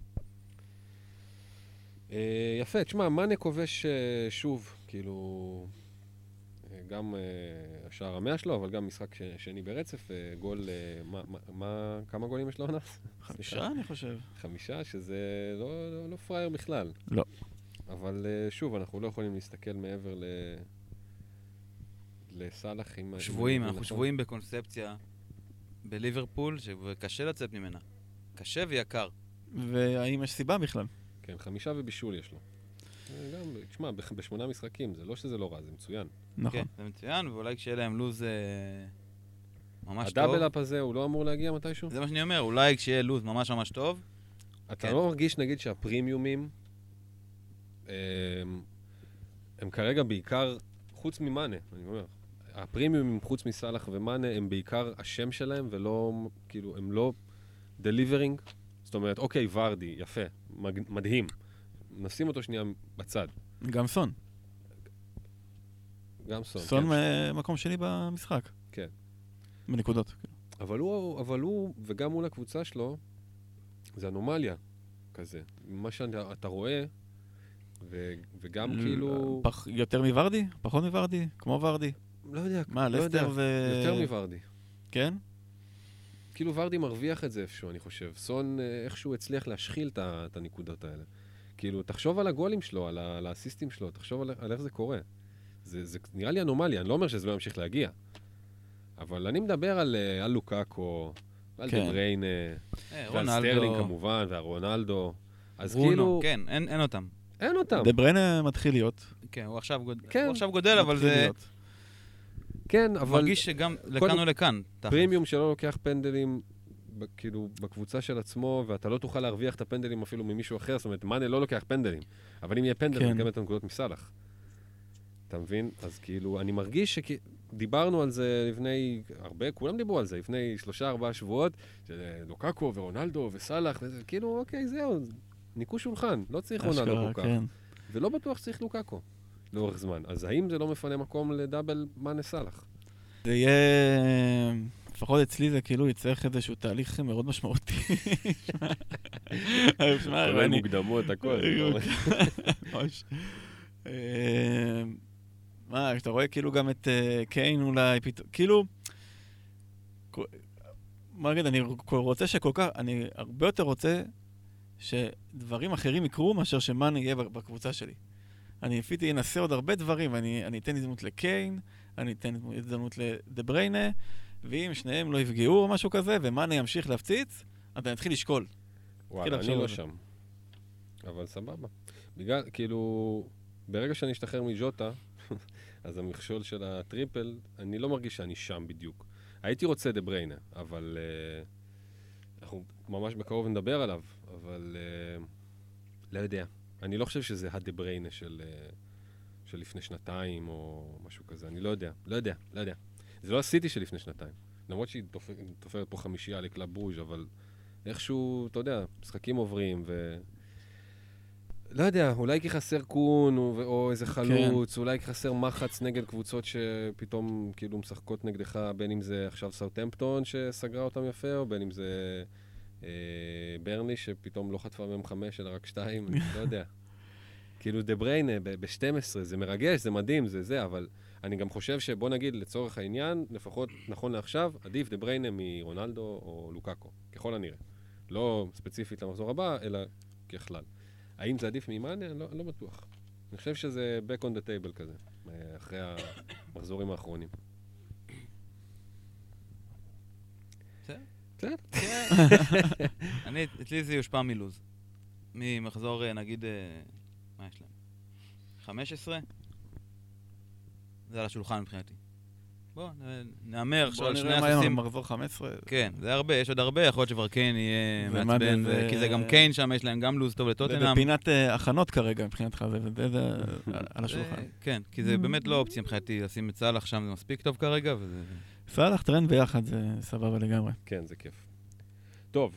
יפה, תשמע, מאנה כובש שוב, כאילו, גם השער 100 שלו, אבל גם משחק שני ברצף, גול, כמה גולים יש לו עונה?
5, אני חושב.
5, שזה לא פרייר בכלל.
לא.
אבל שוב, אנחנו לא יכולים להסתכל מעבר לסלח עם...
שבועים, אנחנו שבועים בקונספציה בליברפול, שקשה לצאת ממנה. קשה ויקר.
והאם יש סיבה בכלל?
כן, 5 ובישול יש לו. גם, תשמע, ב8 משחקים, זה לא שזה לא רע, זה מצוין.
נכון.
כן, זה מצוין, ואולי כשיהיה להם לוז ממש טוב.
הדאבל-אפ הזה, הוא לא אמור להגיע מתישהו?
זה מה שאני אומר, אולי כשיהיה לוז ממש ממש טוב.
אתה לא מרגיש, נגיד, שהפרימיומים, הם כרגע בעיקר חוץ ממאנה, אני אומר. הפרימיומים חוץ מסלח ומאנה הם בעיקר השם שלהם, ולא, כאילו, הם לא דליברינג. זאת אומרת, אוקיי, ורדי, יפה, מדהים. נשים אותו שנייה בצד.
גם סון.
גם סון.
סון מקום שני במשחק.
כן.
בנקודות.
אבל הוא, וגם מול הקבוצה שלו, זה אנומליה כזה. מה שאתה רואה, וגם כאילו...
יותר מוורדי? פחות מוורדי? כמו וורדי?
לא יודע.
מה, לסטר ו...
יותר מוורדי.
כן?
כאילו ורדי מרוויח את זה איפשהו, אני חושב. סון איכשהו הצליח להשחיל את הנקודות האלה. כאילו, תחשוב על הגולים שלו, על האסיסטים שלו, תחשוב על איך זה קורה. זה נראה לי אנומליה, אני לא אומר שזה לא ימשיך להגיע. אבל אני מדבר על לוקאקו, על דה בריינה, ועל סטרלינג כמובן, והרונלדו. אז כאילו...
כן, אין אותם.
אין אותם.
דה בריינה מתחיל להיות.
כן, הוא עכשיו גודל, אבל זה...
כן, אבל...
מרגיש שגם לכאן או לכאן.
פרימיום שלא לוקח פנדלים, כאילו, בקבוצה של עצמו, ואתה לא תוכל להרוויח את הפנדלים אפילו ממישהו אחר, זאת אומרת, מאנה לא לוקח פנדלים, אבל אם יהיה פנדל, אני אקבל את הנקודות מסלח. אתה מבין? אז כאילו, אני מרגיש שדיברנו על זה לפני הרבה, כולם דיברו על זה, לפני 3-4 שבועות, לוקאקו ורונלדו וסלח, וזה, כאילו, אוקיי, זהו, ניקו שולחן, לא צריך רונלדו כל כך. ולא בטוח שצריך לוקאקו לאורך זמן. אז האם זה לא מפנה מקום לדאבל מאנה סלח?
זה יהיה... לפחות אצלי זה כאילו יצטרך איזשהו תהליך מאוד משמעותי.
כולל מוקדמות, הכל.
מה, אתה רואה כאילו גם את קיין אולי, כאילו, מה אגיד, אני רוצה שכל כך, אני הרבה יותר רוצה שדברים אחרים יקרו מאשר שמאנה יהיה בקבוצה שלי. אני אפילו אנסה עוד הרבה דברים, אני אתן הזדמנות לקיין, אני אתן הזדמנות לדה בריינה, ואם שניהם לא יפגעו או משהו כזה, ומאנה ימשיך להפציץ, אתה נתחיל לשקול.
וואלה, אני לא שם. אבל סבבה. בגלל, כאילו, ברגע שאני אשתחרר מג'וטה, אז המכשול של הטריפל, אני לא מרגיש שאני שם בדיוק. הייתי רוצה דה בריינה, אבל אנחנו ממש בקרוב נדבר עליו, אבל לא יודע. אני לא חושב שזה הדה בריינה של לפני שנתיים או משהו כזה. אני לא יודע. זה לא הסיטי של לפני שנתיים. למרות שהיא תופרת פה 5 לקלאב ברוז', אבל איכשהו, אתה יודע, משחקים עוברים לא יודע, אולי כי חסר קון או איזה חלוץ, אולי כי חסר מחץ נגד קבוצות שפתאום כאילו משחקות נגדך, בין אם זה עכשיו סאוטהמפטון שסגרה אותם יפה, או בין אם זה ברנלי שפתאום לא חטפה מהם 5 אלא רק 2, אני לא יודע. כאילו דה בריינה ב-12, זה מרגש, זה מדהים, זה, אבל אני גם חושב שבוא נגיד לצורך העניין, לפחות נכון לעכשיו, עדיף דה בריינה מרונלדו או לוקאקו, ככל הנראה. לא ספציפית למחזור הבא, אלא ככלל. האם זה עדיף ממאנה? לא בטוח. אני חושב שזה back on the table כזה, אחרי המחזורים האחרונים.
בסדר? אצלי זה יושפע מלוז. ממחזור, נגיד, מה יש להם? 15? זה על השולחן מבחינתי. בוא, נאמר עכשיו על שני יחסים.
מחזור 15.
כן, זה הרבה, יש עוד הרבה, יכול להיות שבר קיין יהיה מעצבן, כי זה גם קיין שם, יש להם גם לוז טוב לטוטנהאם.
זה בפינת הכנות כרגע מבחינתך, זה על השולחן.
כן, כי זה באמת לא אופציה מבחינתי, לשים את סלח שם זה מספיק טוב כרגע.
סלח, טרנד ביחד, זה סבבה לגמרי.
כן, זה כיף. טוב,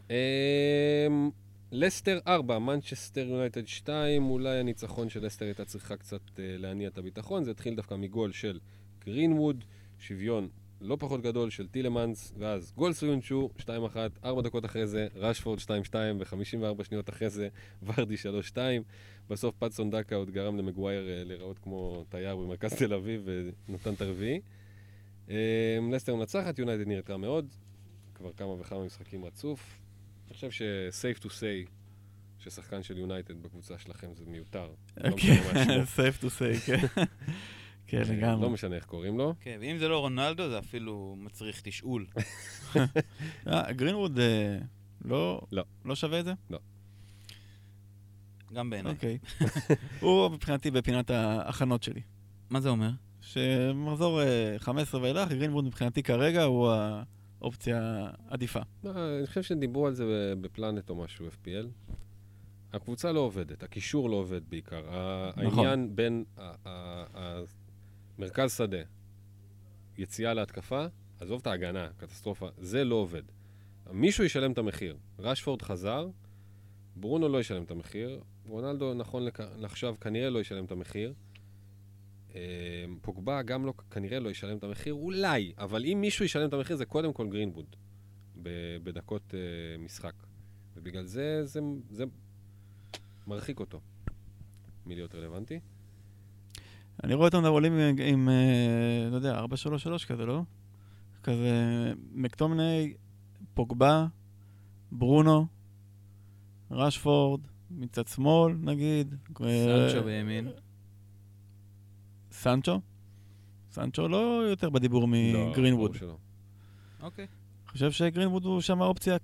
לסטר 4, מנצ'סטר יונייטד 2, אולי הניצחון של לסטר הייתה צריכה קצת להניע את הביטחון, זה התחיל דווקא מגול של גרינווד, שוויון לא פחות גדול של טילמנס, ואז גול סויונצ'ו, 2-1, 4 דקות אחרי זה, רשפורד 2-2, ו-54 שניות אחרי זה, ורדי 3-2. בסוף פאדסון דקה עוד גרם למגווייר לראות כמו תייר במרכז תל אביב, ונותן את הרביעי. לסטר מנצחת, יונייטד נראית רע מאוד, כבר כמה וכמה משחקים רצוף. אני חושב ש-safe to say, ששחקן של יונייטד בקבוצה שלכם זה מיותר.
safe to say, כן. כן, לגמרי.
לא משנה איך קוראים לו.
כן, ואם זה לא רונלדו, זה אפילו מצריך תשאול.
גרינווד לא שווה את זה?
לא.
גם בעיניי.
אוקיי. הוא מבחינתי בפינת ההכנות שלי.
מה זה אומר?
שמחזור 15 ואילך, גרינווד מבחינתי כרגע הוא האופציה עדיפה.
אני חושב שדיברו על זה בפלנט או משהו, FPL. הקבוצה לא עובדת, הקישור לא עובד בעיקר. העניין בין מרכז שדה, יציאה להתקפה, עזוב את ההגנה, קטסטרופה, זה לא עובד. מישהו ישלם את המחיר. רשפורד חזר, ברונו לא ישלם את המחיר, רונלדו נכון לעכשיו כנראה לא ישלם את המחיר, פוגבה גם לא, כנראה לא ישלם את המחיר, אולי, אבל אם מישהו ישלם את המחיר זה קודם כל גרינווד, בדקות משחק. ובגלל זה מרחיק אותו מלהיות רלוונטי.
אני רואה אותם עולים עם, לא יודע, 4-3-3 כזה, לא? כזה מקטומני, פוגבה, ברונו, רשפורד, מצד שמאל, נגיד.
סנצ'ו בימין.
סנצ'ו? סנצ'ו לא יותר בדיבור מגרינווד.
לא,
אוקיי.
אני חושב שגרינווד הוא שם האופציה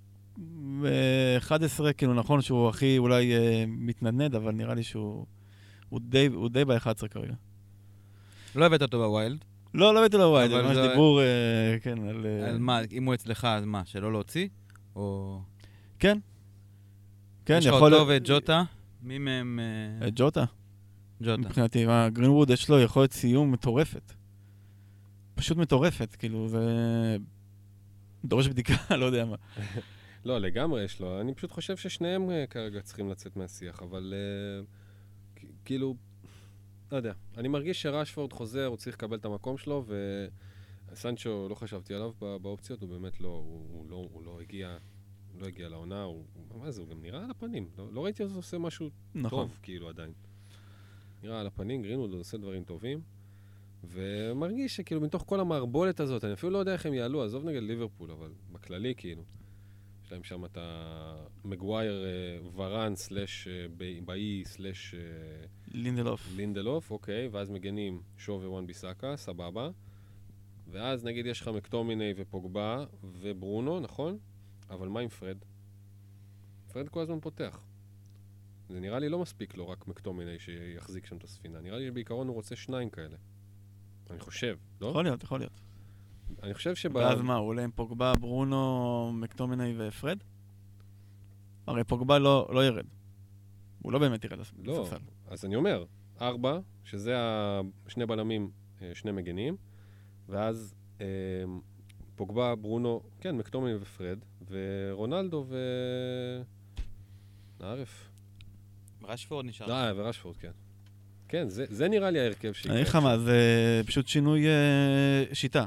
11, כאילו נכון שהוא הכי אולי מתנדנד, אבל נראה לי שהוא די ב-11 כרגע.
לא הבאת אותו בוויילד?
לא הבאת לו בוויילד, ממש דיבור, כן,
על מה, אם הוא אצלך, אז מה, שלא להוציא? או...
כן. כן,
יש לך אותו ואת ג'וטה? מי מהם...
את ג'וטה?
ג'וטה.
מבחינתי, גרינווד יש לו יכולת סיום מטורפת. פשוט מטורפת, כאילו, זה... דורש בדיקה, לא יודע מה.
לא, לגמרי יש לו. אני פשוט חושב ששניהם כרגע צריכים לצאת מהשיח, אבל כאילו, לא יודע. אני מרגיש שרשפורד חוזר, הוא צריך לקבל את המקום שלו, וסנצ'ו, לא חשבתי עליו באופציות, הוא באמת הוא לא הגיע לעונה, מה זה, הוא גם נראה על הפנים. לא ראיתי שזה עושה משהו טוב, כאילו, עדיין. נראה על הפנים, גרינווד עושה דברים טובים, ומרגיש שכאילו מתוך כל המערבולת הזאת, אני אפילו לא יודע איך הם יעלו, עזוב נגד ליברפול, אבל בכללי כאילו, יש להם שם את המגווייר ורן סלש באי סלש לינדלוף, אוקיי, ואז מגנים שו ווואן ביסאקה, סבבה, ואז נגיד יש לך מקטומיני ופוגבה וברונו, נכון? אבל מה עם פרד? פרד כל הזמן פותח. זה נראה לי לא מספיק לו רק מקטומיני שיחזיק שם את הספינה. נראה לי בעיקרון הוא רוצה 2 כאלה. אני חושב, לא?
יכול להיות.
אני חושב
ואז מה, הוא עולה עם פוגבה, ברונו, מקטומיני ופרד? הרי פוגבה לא ירד. הוא לא באמת ירד לספסל.
לא, אז אני אומר, 4, שזה 2 בלמים, 2 מגנים, ואז פוגבה, ברונו, כן, מקטומיני ופרד, ורונלדו נערף.
רשפורד נשאר.
ורשפורד, כן. כן, זה נראה לי ההרכב שיקרה.
אני אגיד לך מה, זה פשוט שינוי שיטה.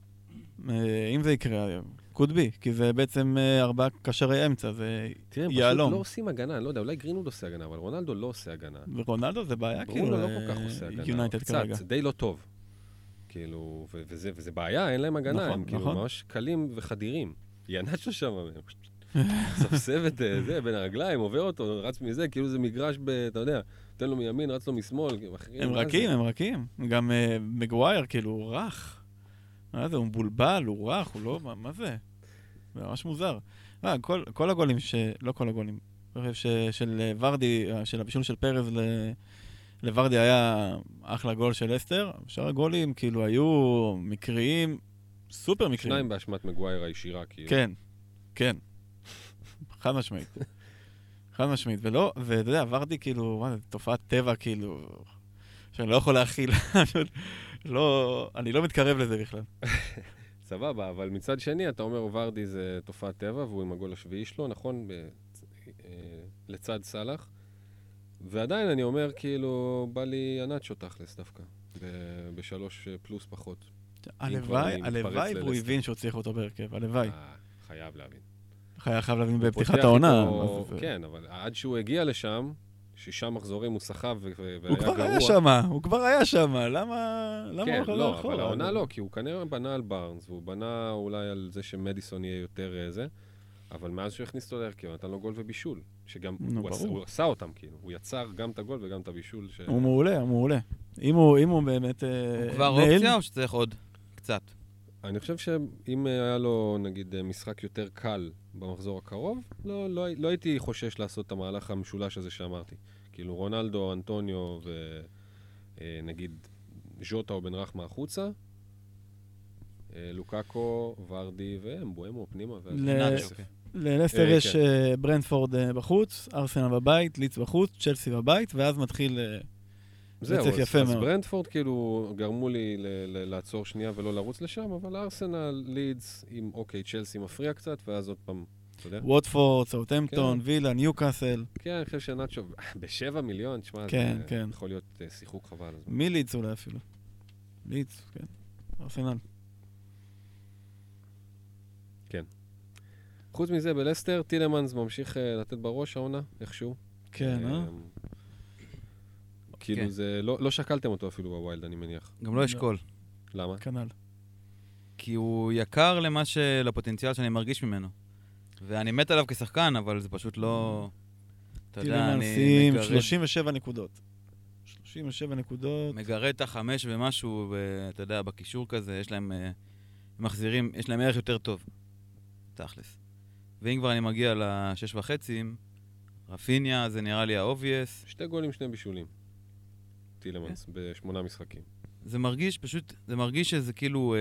אם זה יקרה, could be, כי זה בעצם 4 קשרי אמצע, זה יעלום.
תראה, פשוט לא עושים הגנה, אני לא יודע, אולי גרינווד עושה הגנה, אבל רונלדו לא עושה הגנה.
ורונלדו זה בעיה, כאילו,
ברונו לא כל כך עושה הגנה.
יונייטד כרגע.
זה די לא טוב. כאילו, וזה בעיה, אין להם הגנה, הם כאילו ממש קלים וחדירים. ינצ'ו שם, ספסב את זה בין הרגליים, עובר אותו, רץ מזה, כאילו זה מגרש, אתה יודע, תן לו מימין, רץ לו משמאל.
הם רכים. גם מגווייר, כאילו, הוא רך. מה זה, הוא מבולבל, הוא רך, הוא לא, מה זה? זה ממש מוזר. כל הגולים, לא כל הגולים, אני חושב של ורדי, של הבישול של פרז לוורדי היה אחלה גול של אסטר. שאר הגולים, כאילו, היו מקריים, סופר מקריים.
2 באשמת מגווייר הישירה, כאילו.
כן. חד משמעית. ואתה יודע, ורדי כאילו, מה זה, תופעת טבע כאילו, שאני לא יכול להכיל, אני לא מתקרב לזה בכלל.
סבבה, אבל מצד שני, אתה אומר, ורדי זה תופעת טבע, והוא עם הגול השביעי שלו, נכון? לצד סלח. ועדיין אני אומר, כאילו, בא לי ינצ'ו תכלס דווקא, ב3 פלוס פחות.
הלוואי והוא הבין שהוא צריך אותו בהרכב, הלוואי.
חייב להבין.
חייב להבין בפתיחת העונה.
כן, אבל עד שהוא הגיע לשם, 6 מחזורים הוא סחב והיה
גרוע. הוא כבר היה שם, למה הוא יכול
לא, אבל העונה לא, כי הוא כנראה בנה על בארנס, והוא בנה אולי על זה שמדיסון יהיה יותר זה, אבל מאז שהוא הכניס אותו להרכב, נתן לו גול ובישול, שגם הוא עשה אותם, כאילו, הוא יצר גם את הגול וגם את הבישול.
הוא מעולה. אם הוא באמת
הוא כבר אופציה או שצריך עוד קצת?
אני חושב שאם היה לו, נגיד, משחק יותר קל במחזור הקרוב, לא הייתי חושש לעשות את המהלך המשולש הזה שאמרתי. כאילו רונלדו, אנטוניו ונגיד ז'וטה או בן רחמה החוצה, לוקאקו, ורדי ואמבואמו פנימה.
ללסטר יש ברנטפורד בחוץ, ארסנל בבית, ליץ בחוץ, צ'לסי בבית, ואז מתחיל
זהו, אז ברנדפורד כאילו גרמו לי לעצור שנייה ולא לרוץ לשם, אבל ארסנל, לידס, עם אוקיי, צ'לסי מפריע קצת, ואז עוד פעם, אתה יודע?
ווטפורד, סאות'המפטון, וילה, ניוקאסל.
כן, אני חושב שנאצ'ו, ב7 מיליון, תשמע, זה יכול להיות שיחוק חבל.
מי לידס אולי אפילו? לידס, כן. ארסנל.
כן. חוץ מזה, בלסטר, טילמנס ממשיך לתת בראש העונה, איכשהו.
כן,
כאילו זה, לא שקלתם אותו אפילו בווילד, אני מניח.
גם לא אשכול.
למה?
כנ"ל.
כי הוא יקר לפוטנציאל שאני מרגיש ממנו. ואני מת עליו כשחקן, אבל זה פשוט לא... אתה יודע, אני
מגרד... 37 נקודות. 37 נקודות.
מגרד את 5 ומשהו, אתה יודע, בקישור כזה, יש להם מחזירים, יש להם ערך יותר טוב. תכלס. ואם כבר אני מגיע ל6.5, רפיניה, זה נראה לי האובייס.
2 גולים, 2 בישולים. טילמנס, ב8 משחקים.
זה מרגיש, פשוט, זה מרגיש שזה כאילו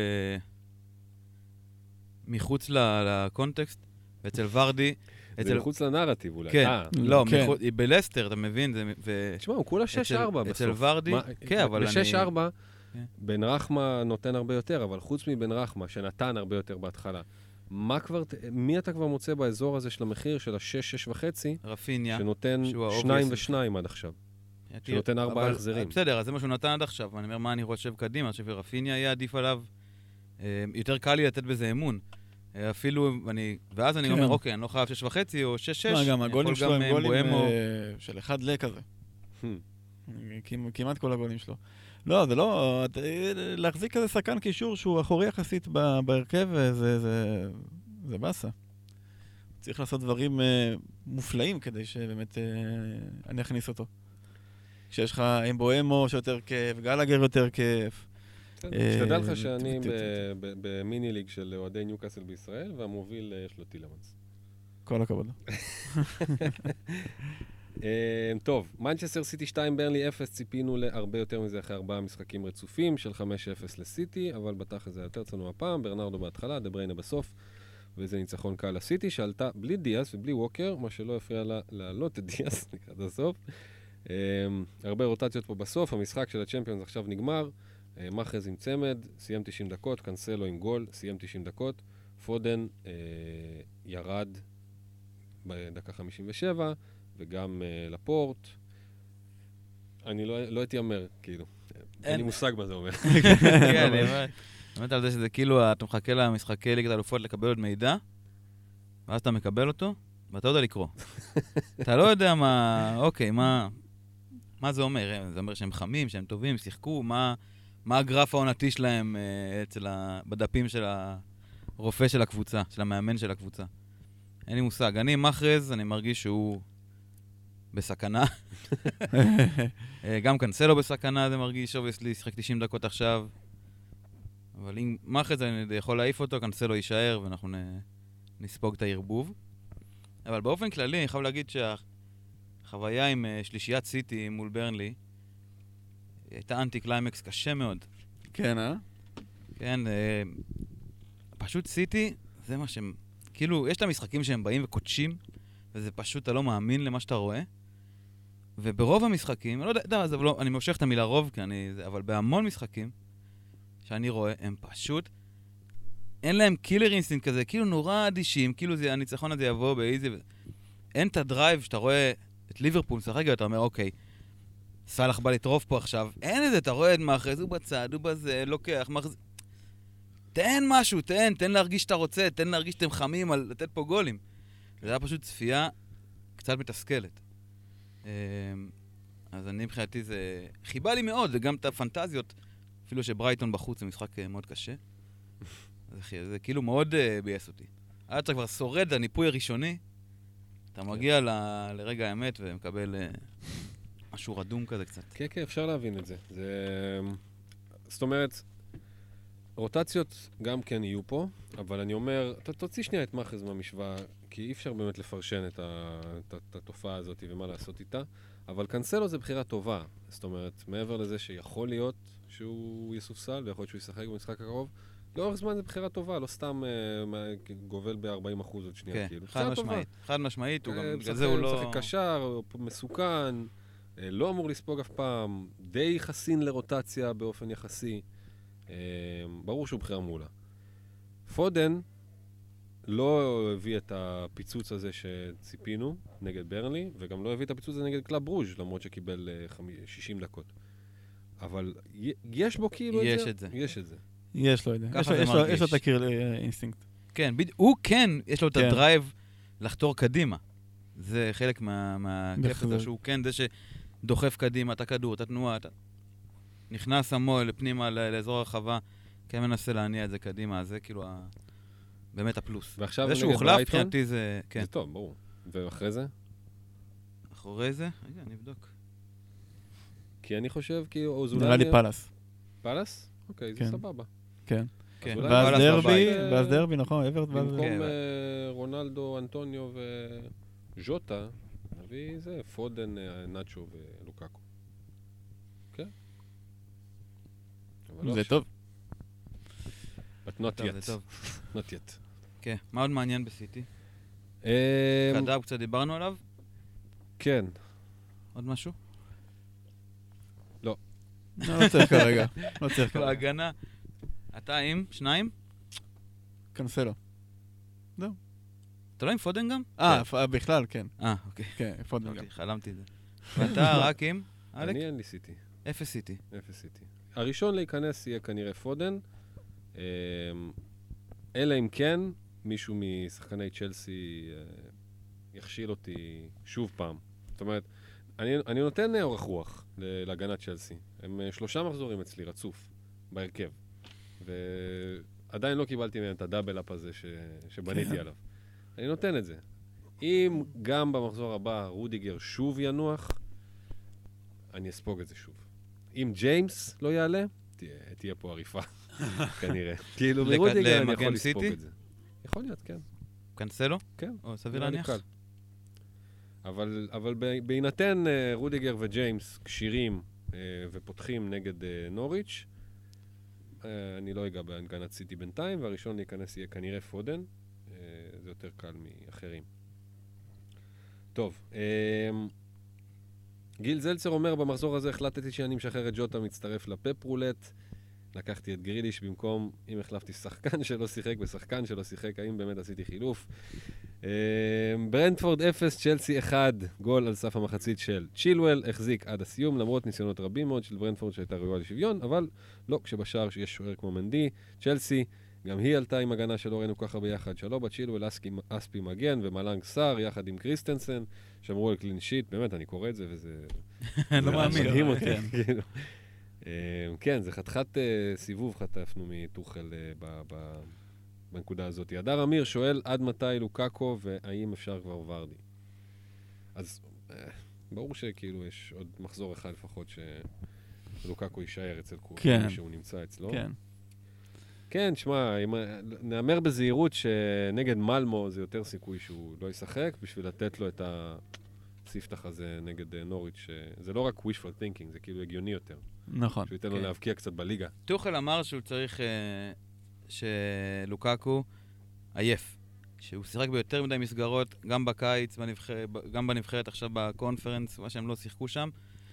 מחוץ לקונטקסט, ואצל ורדי...
זה מחוץ לנרטיב אולי.
כן, לא, בלסטר, אתה מבין?
תשמע, הוא כולה 6-4 בסוף.
אצל ורדי, כן, אבל אני...
ב6-4, בן רחמה נותן הרבה יותר, אבל חוץ מבן רחמה, שנתן הרבה יותר בהתחלה, מי אתה כבר מוצא באזור הזה של המחיר של ה6.5?
רפיניה.
שנותן 2 ו2 עד עכשיו. שנותן 4 החזרים.
בסדר, אז זה מה שהוא נתן עד עכשיו. אני אומר, מה אני חושב קדימה? אני חושב שרפיניה יהיה עדיף עליו. יותר קל לי לתת בזה אמון. אפילו, ואז אני אומר, אוקיי, אני לא חייב 6.5 או 6.6.
גם הגולים שלו הם גולים של אחד כזה. כמעט כל הגולים שלו. לא, זה לא... להחזיק כזה שחקן קישור שהוא אחורי יחסית בהרכב, זה בסה. צריך לעשות דברים מופלאים כדי שבאמת אני אכניס אותו. כשיש לך אמבואמו שיותר כיף, גלגר יותר כיף.
שתדע לך שאני במיני ליג של אוהדי ניוקאסל בישראל, והמוביל יש לו טילמנס.
כל הכבוד.
טוב, מנצ'סטר סיטי 2, ברנלי 0, ציפינו להרבה יותר מזה אחרי 4 משחקים רצופים של 5-0 לסיטי, אבל בתכל'ס זה יותר צנוע הפעם, ברנרדו בהתחלה, דה בריינה בסוף, וזה ניצחון קל לסיטי, שעלתה בלי דיאס ובלי ווקר, מה שלא הפריע לה לעלות את דיאס לקראת הסוף. הרבה רוטציות פה בסוף, המשחק של הצ'מפיונס עכשיו נגמר, מחרז עם צמד, סיים 90 דקות, קנסלו עם גול, סיים 90 דקות, פודן ירד בדקה 57, וגם לפורט. אני לא אתיימר, כאילו. אין לי מושג מה זה אומר.
כן, אני באמת על זה שזה כאילו, אתה מחכה למשחקי ליגת האלופות לקבל עוד מידע, ואז אתה מקבל אותו, ואתה יודע לקרוא. אתה לא יודע מה, אוקיי, מה זה אומר? זה אומר שהם חמים, שהם טובים, שיחקו, מה הגרף העונתי שלהם בדפים של הרופא של הקבוצה, של המאמן של הקבוצה. אין לי מושג. אני מחרז, אני מרגיש שהוא בסכנה. גם קנסלו בסכנה, זה מרגיש, אובייסלי, שיחק 90 דקות עכשיו. אבל אם מחרז אני יכול להעיף אותו, קנסלו יישאר, ואנחנו נספוג את הערבוב. אבל באופן כללי, אני חייב להגיד שהחוויה עם שלישיית סיטי מול ברנלי, הייתה אנטי קליימקס קשה מאוד.
כן,
כן, פשוט סיטי, זה מה שהם... כאילו, יש את המשחקים שהם באים וקודשים, וזה פשוט, אתה לא מאמין למה שאתה רואה. וברוב המשחקים, אני לא יודע, אני מושך את המילה רוב, אבל בהמון משחקים שאני רואה, הם פשוט, אין להם קילר אינסטינקט כזה, כאילו נורא אדישים, כאילו הניצחון הזה יבוא באיזי... אין את הדרייב שאתה רואה את ליברפול, שחק, אתה אומר, אוקיי, סלח בא לטרוף פה עכשיו, אין את זה, אתה רואה את מאחרז, הוא בצד, הוא בזה, לוקח, תן משהו, תן להרגיש שאתה רוצה, תן להרגיש שאתם חמים על לתת פה גולים. זה היה פשוט צפייה קצת מתסכלת. אז אני מבחינתי זה חיבה לי מאוד, וגם את הפנטזיות, אפילו שברייטון בחוץ זה משחק מאוד קשה. זה כאילו מאוד בייס אותי. עד שאתה כבר שורד הניפוי הראשוני, אתה מגיע לרגע האמת ומקבל משהו רדום כזה קצת.
כן, כן, אפשר להבין את זה. זאת אומרת, רוטציות גם כן יהיו פה, אבל אני אומר, תוציא שנייה את מחרז מהמשוואה, כי אי אפשר באמת לפרשן את התופעה הזאת ומה לעשות איתה, אבל קנסלו זה בחירה טובה. זאת אומרת, מעבר לזה שיכול להיות שהוא יסופסל, ויכול להיות שהוא ישחק במשחק הקרוב, לאורך זמן זה בחירה טובה, לא סתם גובל ב-40% עוד שנייה.
כן, חד משמעית, הוא גם, בגלל זה
הוא
לא...
משחק קשר, מסוכן, לא אמור לספוג אף פעם, די חסין לרוטציה באופן יחסי. ברור שהוא בחירה מעולה. פודן לא הביא את הפיצוץ הזה שציפינו נגד ברנלי, וגם לא הביא את הפיצוץ הזה נגד קלאב ברוז', למרות שקיבל 60 דקות. אבל יש בו כאילו את זה? יש את זה.
יש לו את זה. יש לו את הקיר אינסטינקט.
כן, הוא כן, יש לו את הדרייב לחתור קדימה. זה חלק מהכיף הזה, שהוא כן זה שדוחף קדימה את הכדור, את התנועה, נכנס המול לפנימה לאזור הרחבה, כן מנסה להניע את זה קדימה, זה כאילו באמת הפלוס. זה שהוא הוחלף, מבחינתי זה...
זה טוב, ברור. ואחרי זה?
אחרי זה? רגע, אני אבדוק.
כי אני חושב, כאילו...
נראה לי פלס.
פלס? אוקיי, זה סבבה.
כן. ואז דרבי, נכון, אברט ואז...
במקום רונלדו, אנטוניו וז'וטה, נביא זה, פודן, נאצ'ו ולוקאקו. כן?
זה טוב.
But not yet. not yet.
כן, מה עוד מעניין בסיטי? קדאב קצת דיברנו עליו?
כן.
עוד משהו?
לא.
לא צריך כרגע. לא צריך כרגע.
בהגנה. אתה עם שניים?
קנסלו. זהו.
אתה לא עם פודן גם?
בכלל, כן.
אוקיי.
כן, פודן גם.
חלמתי את זה. ואתה רק עם? אלק?
אני אין לי סיטי.
אפס סיטי.
אפס סיטי. הראשון להיכנס יהיה כנראה פודן. אלא אם כן, מישהו משחקני צ'לסי יכשיל אותי שוב פעם. זאת אומרת, אני נותן אורך רוח להגנת צ'לסי. הם 3 מחזורים אצלי, רצוף, בהרכב. ועדיין לא קיבלתי מהם את הדאבל-אפ הזה שבניתי עליו. אני נותן את זה. אם גם במחזור הבא רודיגר שוב ינוח, אני אספוג את זה שוב. אם ג'יימס לא יעלה, תהיה פה עריפה, כנראה. כאילו, ברודיגר אני יכול לספוג את זה. יכול להיות, כן.
קנסלו?
כן.
או סביר להניח?
אבל בהינתן רודיגר וג'יימס קשירים ופותחים נגד נוריץ', אני לא אגע בהגנת סיטי בינתיים, והראשון להיכנס יהיה כנראה פודן. זה יותר קל מאחרים. טוב, גיל זלצר אומר, במחזור הזה החלטתי שאני משחרר את ג'וטה, מצטרף לפפ רולט. לקחתי את גריליש במקום, אם החלפתי שחקן שלא שיחק ושחקן שלא שיחק, האם באמת עשיתי חילוף. ברנטפורד 0, צ'לסי 1, גול על סף המחצית של צ'ילואל, החזיק עד הסיום, למרות ניסיונות רבים מאוד של ברנטפורד שהייתה ראויה לשוויון, אבל לא כשבשער שיש שוער כמו מנדי. צ'לסי, גם היא עלתה עם הגנה שלא ראינו ככה ביחד, שלובה צ'ילואל, אספי מגן ומלנג סאר, יחד עם קריסטנסן, שמרו על קלין שיט, באמת אני קורא את זה וזה...
לא מאמין.
מדהים אותי, כאילו. כן, זה חתיכת סיבוב חטפנו מטוחל בנקודה הזאת. הדר אמיר שואל עד מתי לוקאקו והאם אפשר כבר ורדי. אז ברור שכאילו יש עוד מחזור אחד לפחות שלוקאקו יישאר אצל מי שהוא נמצא אצלו.
כן.
כן, שמע, נאמר בזהירות שנגד מלמו זה יותר סיכוי שהוא לא ישחק בשביל לתת לו את הספתח הזה נגד נוריץ'. זה לא רק wishful thinking, זה כאילו הגיוני יותר.
נכון.
שהוא ייתן לו להבקיע קצת בליגה.
טוחל אמר שהוא צריך שלוקאקו עייף. שהוא שיחק ביותר מדי מסגרות, גם בקיץ, גם בנבחרת, עכשיו בקונפרנס, מה שהם לא שיחקו שם.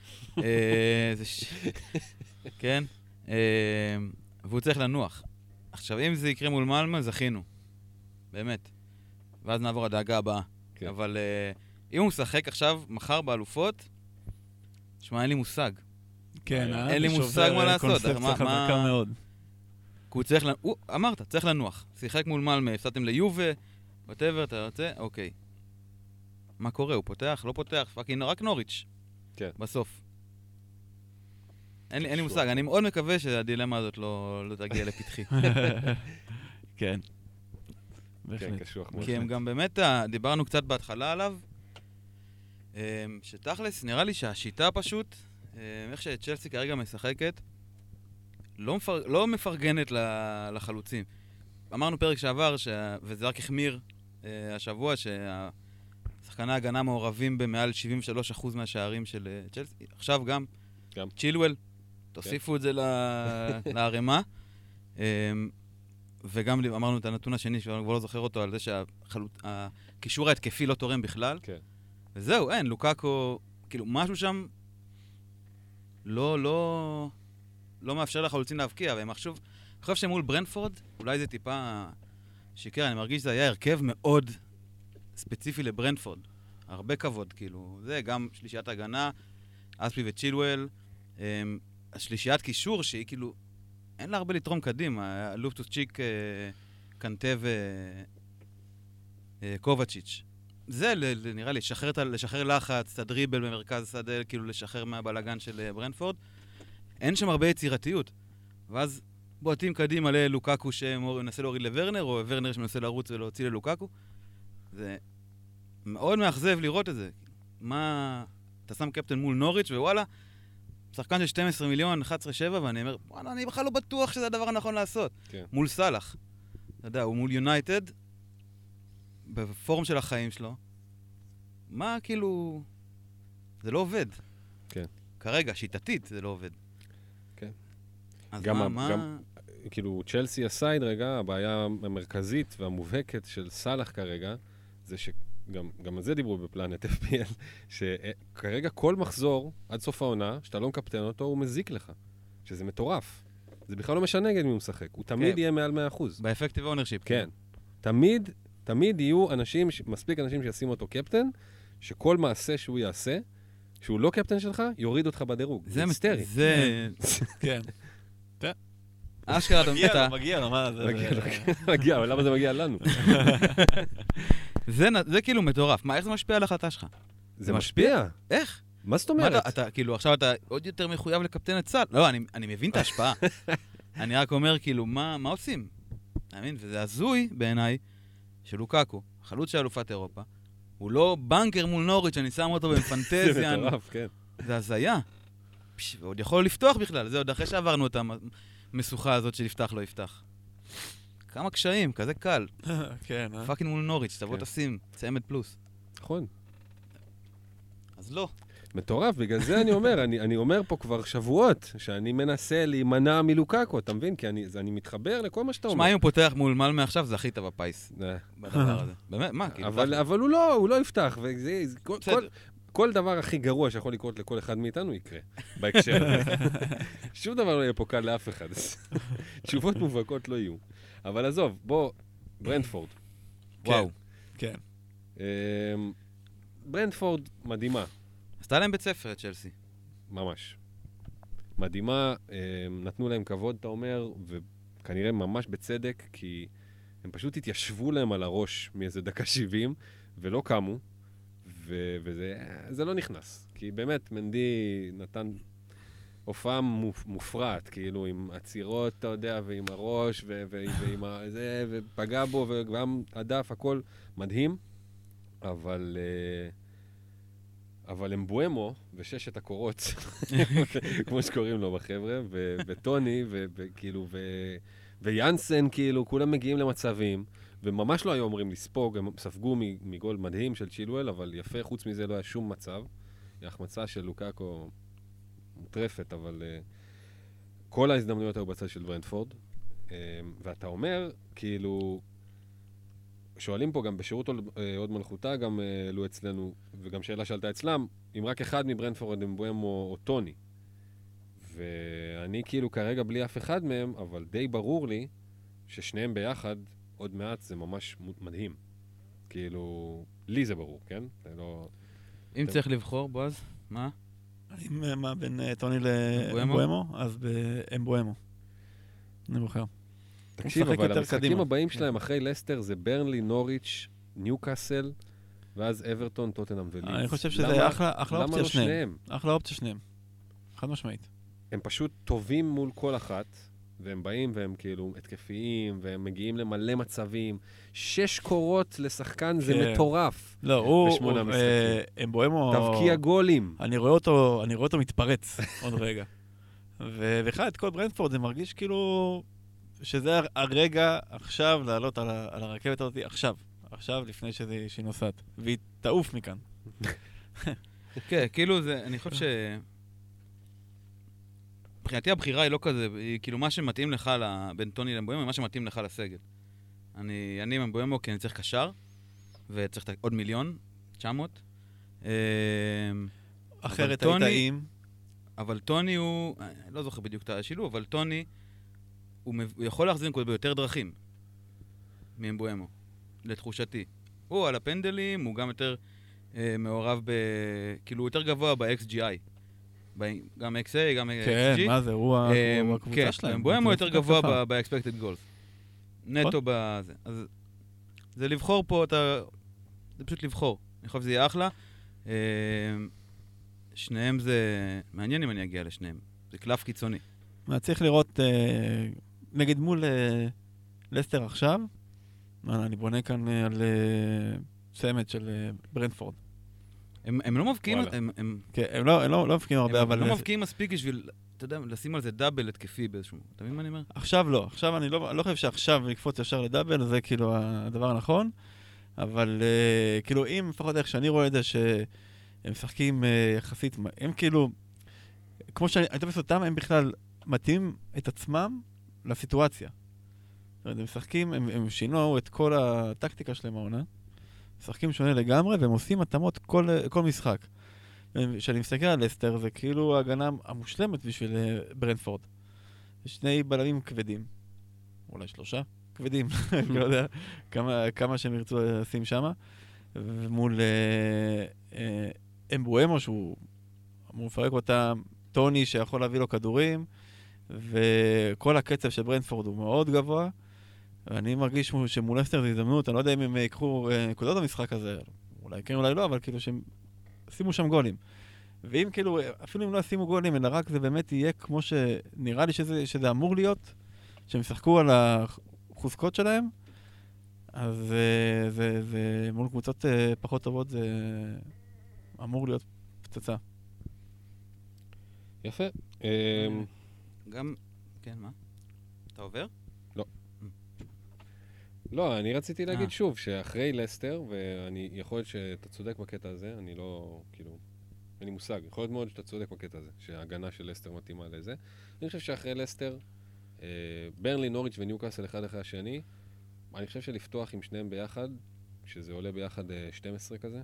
כן? והוא צריך לנוח. עכשיו, אם זה יקרה מול מלמה, זכינו. באמת. ואז נעבור הדאגה הבאה. אבל אם הוא משחק עכשיו, מחר באלופות, שמע, אין לי מושג.
כן,
אין לי מושג מה לעשות.
קונספציה חזקה מאוד.
הוא צריך אמרת, צריך לנוח. שיחק מול מלמה, הפסדתם ליובה, whatever, אתה רוצה, אוקיי. מה קורה? הוא פותח? לא פותח? רק נוריץ'.
כן.
בסוף. אין לי מושג. אני מאוד מקווה שהדילמה הזאת לא תגיע לפתחי.
כן.
כן, קשוח מאוד.
כי הם גם באמת, דיברנו קצת בהתחלה עליו, שתכלס, נראה לי שהשיטה פשוט, איך שצ'לסי כרגע משחקת, לא מפרגנת לחלוצים. אמרנו פרק שעבר, וזה רק החמיר השבוע, ששחקני ההגנה מעורבים במעל 73% מהשערים של צ'לסי. עכשיו גם צ'ילואל, תוסיפו את זה להרמה. וגם אמרנו את הנתון השני, שאני כבר לא זוכר אותו, על זה שהקישור ההתקפי לא תורם בכלל. וזהו, אין, לוקאקו, כאילו משהו שם לא מאפשר לחלוצים להבקיע, והם חושב שמול ברנפורד, אולי זה טיפה שיקר, אני מרגיש שזה היה הרכב מאוד ספציפי לברנפורד. הרבה כבוד, כאילו. זה גם שלישיית הגנה, אספי וצ'ילואל, השלישיית קישור שהיא כאילו, אין לה הרבה לתרום קדימה, לופטוס צ'יק, קנטה וקובצ'יץ'. זה נראה לי, לשחרר לחץ, את הדריבל במרכז השדה, כאילו לשחרר מהבלגן של ברנפורד. אין שם הרבה יצירתיות. ואז בועטים קדימה ללוקקו שמנסה להוריד לוורנר, או וורנר שמנסה לרוץ ולהוציא ללוקקו. זה מאוד מאכזב לראות את זה. מה... אתה שם קפטן מול נוריץ' ווואלה, שחקן של 12 מיליון, 11-7, ואני אומר, וואלה, אני בכלל לא בטוח שזה הדבר הנכון לעשות.
כן.
מול סלאח. אתה יודע, הוא מול יונייטד, בפורום של החיים שלו. מה, כאילו... זה לא עובד.
כן.
כרגע, שיטתית, זה לא עובד.
כן.
אז
גם, כאילו, צ'לסי הסייד רגע, הבעיה המרכזית והמובהקת של סלאח כרגע, זה גם על זה דיברו בפלנט FPL, שכרגע כל מחזור, עד סוף העונה, שאתה לא מקפטן אותו, הוא מזיק לך. שזה מטורף. זה בכלל לא משנה נגד מי הוא משחק. הוא תמיד יהיה מעל 100%.
באפקטיב אונרשיפ.
כן. תמיד יהיו אנשים, מספיק אנשים שישימו אותו קפטן, שכל מעשה שהוא יעשה, שהוא לא קפטן שלך, יוריד אותך בדירוג.
זה
מסתרי.
זה...
כן.
אשכרה,
מגיע לו, מה זה?
מגיע, אבל למה זה מגיע לנו?
זה כאילו מטורף. מה, איך זה משפיע על ההחלטה שלך?
זה משפיע?
איך?
מה זאת אומרת?
אתה, כאילו, עכשיו אתה עוד יותר מחויב לקפטן את סל. לא, אני מבין את ההשפעה. אני רק אומר, כאילו, מה עושים? אני מבין, וזה הזוי בעיניי של לוקקו, חלוץ של אלופת אירופה. הוא לא בנקר מול נוריץ' שאני שם אותו בפנטזיה.
זה מטורף, כן.
זה הזיה. ועוד יכול לפתוח בכלל, זה עוד אחרי שעברנו את המשוכה הזאת שיפתח לא יפתח. כמה קשיים, כזה קל.
כן,
פאקינג מול נוריץ', תבוא תשים, צמד פלוס.
נכון.
אז לא.
מטורף, בגלל זה אני אומר, אני אומר פה כבר שבועות, שאני מנסה להימנע מלוקקו, אתה מבין? כי אני מתחבר לכל מה שאתה אומר.
שמע, אם הוא פותח מול מלמה עכשיו, זכית בפיס. בדבר הזה. באמת, מה?
אבל הוא לא יפתח, כל דבר הכי גרוע שיכול לקרות לכל אחד מאיתנו יקרה, בהקשר הזה. שום דבר לא יהיה פה קל לאף אחד. תשובות מובהקות לא יהיו. אבל עזוב, בוא, ברנפורד.
וואו.
כן.
ברנפורד מדהימה.
עשתה להם בית ספר את צ'לסי.
ממש. מדהימה, נתנו להם כבוד, אתה אומר, וכנראה ממש בצדק, כי הם פשוט התיישבו להם על הראש מאיזה דקה 70, ולא קמו, וזה לא נכנס. כי באמת, מנדי נתן הופעה מופרעת, כאילו, עם עצירות, אתה יודע, ועם הראש, ועם זה, ופגע בו, וגם הדף, הכל מדהים, אבל אמבואמו וששת הקורות, כמו שקוראים לו בחבר'ה, וטוני, וכאילו, ויאנסן, כאילו, כולם מגיעים למצבים, וממש לא היו אומרים לספוג, הם ספגו מגול מדהים של צ'ילואל, אבל יפה, חוץ מזה לא היה שום מצב. ההחמצה של לוקקו מוטרפת, אבל כל ההזדמנויות היו בצד של ברנפורד, ואתה אומר, כאילו, שואלים פה גם בשירות עוד מלכותה, גם העלו אצלנו, וגם שאלה שאלתה אצלם, אם רק אחד מברנפורד אמבואמו או טוני. ואני כאילו כרגע בלי אף אחד מהם, אבל די ברור לי ששניהם ביחד, עוד מעט זה ממש מדהים. כאילו, לי זה ברור, כן? זה לא...
אם צריך לבחור, בועז, מה?
מה בין טוני לאמבואמו? אז באמבואמו. אני בוחר.
תקשיב, אבל המשחקים הבאים שלהם אחרי לסטר זה ברנלי, נוריץ', ניוקאסל, ואז אברטון, טוטנהאם ולידס.
אני חושב שזה אחלה אופציה שניהם.
שניהם?
אחלה אופציה שניהם. חד משמעית.
הם פשוט טובים מול כל אחת, והם באים והם כאילו התקפיים, והם מגיעים למלא מצבים. 6 קורות לשחקן זה מטורף.
לא, הוא אמבואמו...
תבקיע גולים.
אני רואה אותו מתפרץ עוד רגע. ובכלל, את כל ברנפורד זה מרגיש כאילו... שזה הרגע עכשיו לעלות על הרכבת הזאת, עכשיו לפני שהיא נוסעת, והיא תעוף מכאן.
כן, כאילו זה, אני חושב ש... מבחינתי הבחירה היא לא כזה, היא כאילו מה שמתאים לך בין טוני לאמבואמו, מה שמתאים לך לסגל. אני עם אמבואמו כי אני צריך קשר, וצריך עוד 1,900,000.
אחרת היית עם...
אבל טוני הוא, אני לא זוכר בדיוק את השילוב, אבל טוני, הוא יכול להחזיר נקודות ביותר דרכים מאמבואמו, לתחושתי. הוא על הפנדלים, הוא גם יותר מעורב כאילו יותר גבוה ב-XGI. גם XA, גם XG.
כן, מה זה, הוא הקבוצה שלהם.
כן, אמבואמו יותר גבוה ב-Expected Goals. נטו בזה. אז זה לבחור פה, זה פשוט לבחור. אני חושב שזה יהיה אחלה. שניהם זה מעניין אם אני אגיע לשניהם. זה קלף קיצוני.
צריך לראות, נגיד מול לסטר עכשיו, אני בונה כאן על סמד של ברנטפורד.
הם לא מבקיעים,
הם לא מבקיעים הרבה, אבל...
הם לא מבקיעים מספיק בשביל, אתה יודע, לשים על זה דאבל התקפי באיזשהו... אתה מבין מה אני אומר?
עכשיו לא. עכשיו אני לא חושב שעכשיו לקפוץ ישר לדאבל, זה כאילו הדבר הנכון. אבל כאילו אם לפחות איך שאני רואה את זה שהם משחקים יחסית, הם כאילו, כמו שאני תופס אותם, הם בכלל מתאים את עצמם לסיטואציה. זאת אומרת, הם משחקים, הם שינו את כל הטקטיקה שלהם העונה, משחקים שונה לגמרי, והם עושים התאמות כל משחק. כשאני מסתכל על לסטר, זה כאילו ההגנה המושלמת בשביל ברנטפורד. שני בלמים כבדים, אולי 3 כבדים, לא יודע כמה שהם ירצו לשים שם, ומול אמבואמו שהוא אמור לפרק אותם, טוני שיכול להביא לו כדורים, וכל הקצב של ברנטפורד הוא מאוד גבוה, ואני מרגיש שמול לסטר זו הזדמנות, אני לא יודע אם הם יקחו נקודות במשחק הזה, אולי כן אולי לא, אבל כאילו שהם שימו שם גולים. ואם כאילו, אפילו אם לא שימו גולים, אלא רק זה באמת יהיה כמו שנראה לי שזה אמור להיות, שהם ישחקו על החוזקות שלהם, אז זה מול קבוצות פחות טובות, זה אמור להיות פצצה.
יפה.
גם, כן, מה? אתה עובר?
לא. לא, אני רציתי להגיד שוב, שאחרי לסטר, ואני יכול להיות שאתה צודק בקטע הזה, אני לא, כאילו, אין לי מושג, יכול להיות מאוד שאתה צודק בקטע הזה, שההגנה של לסטר מתאימה לזה. אני חושב שאחרי לסטר, ברנלי, נוריץ' וניוקאסל אחד אחרי השני, אני חושב שלפתוח עם שניהם ביחד, שזה עולה ביחד 12 כזה,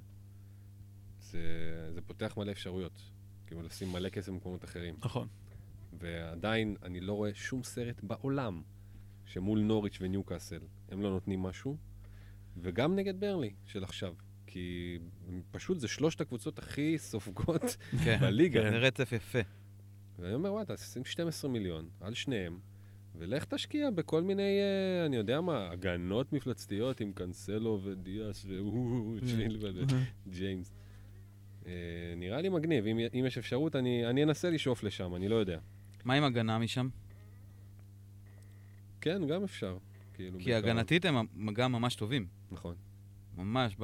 זה פותח מלא אפשרויות. כאילו לשים מלא כסף במקומות אחרים.
נכון.
ועדיין אני לא רואה שום סרט בעולם שמול נוריץ' וניוקאסל הם לא נותנים משהו, וגם נגד ברנלי של עכשיו. כי פשוט זה 3 הקבוצות הכי סופגות בליגה.
זה רצף יפה.
ואני אומר, וואי, תשים 12 מיליון על שניהם, ולך תשקיע בכל מיני, אני יודע מה, הגנות מפלצתיות עם קנסלו ודיאס וג'יל וג'יימס. נראה לי מגניב, אם יש אפשרות, אני אנסה לשאוף לשם, אני לא יודע.
מה עם הגנה משם?
כן, גם אפשר.
כי הגנתית הם גם ממש טובים.
נכון.
ממש,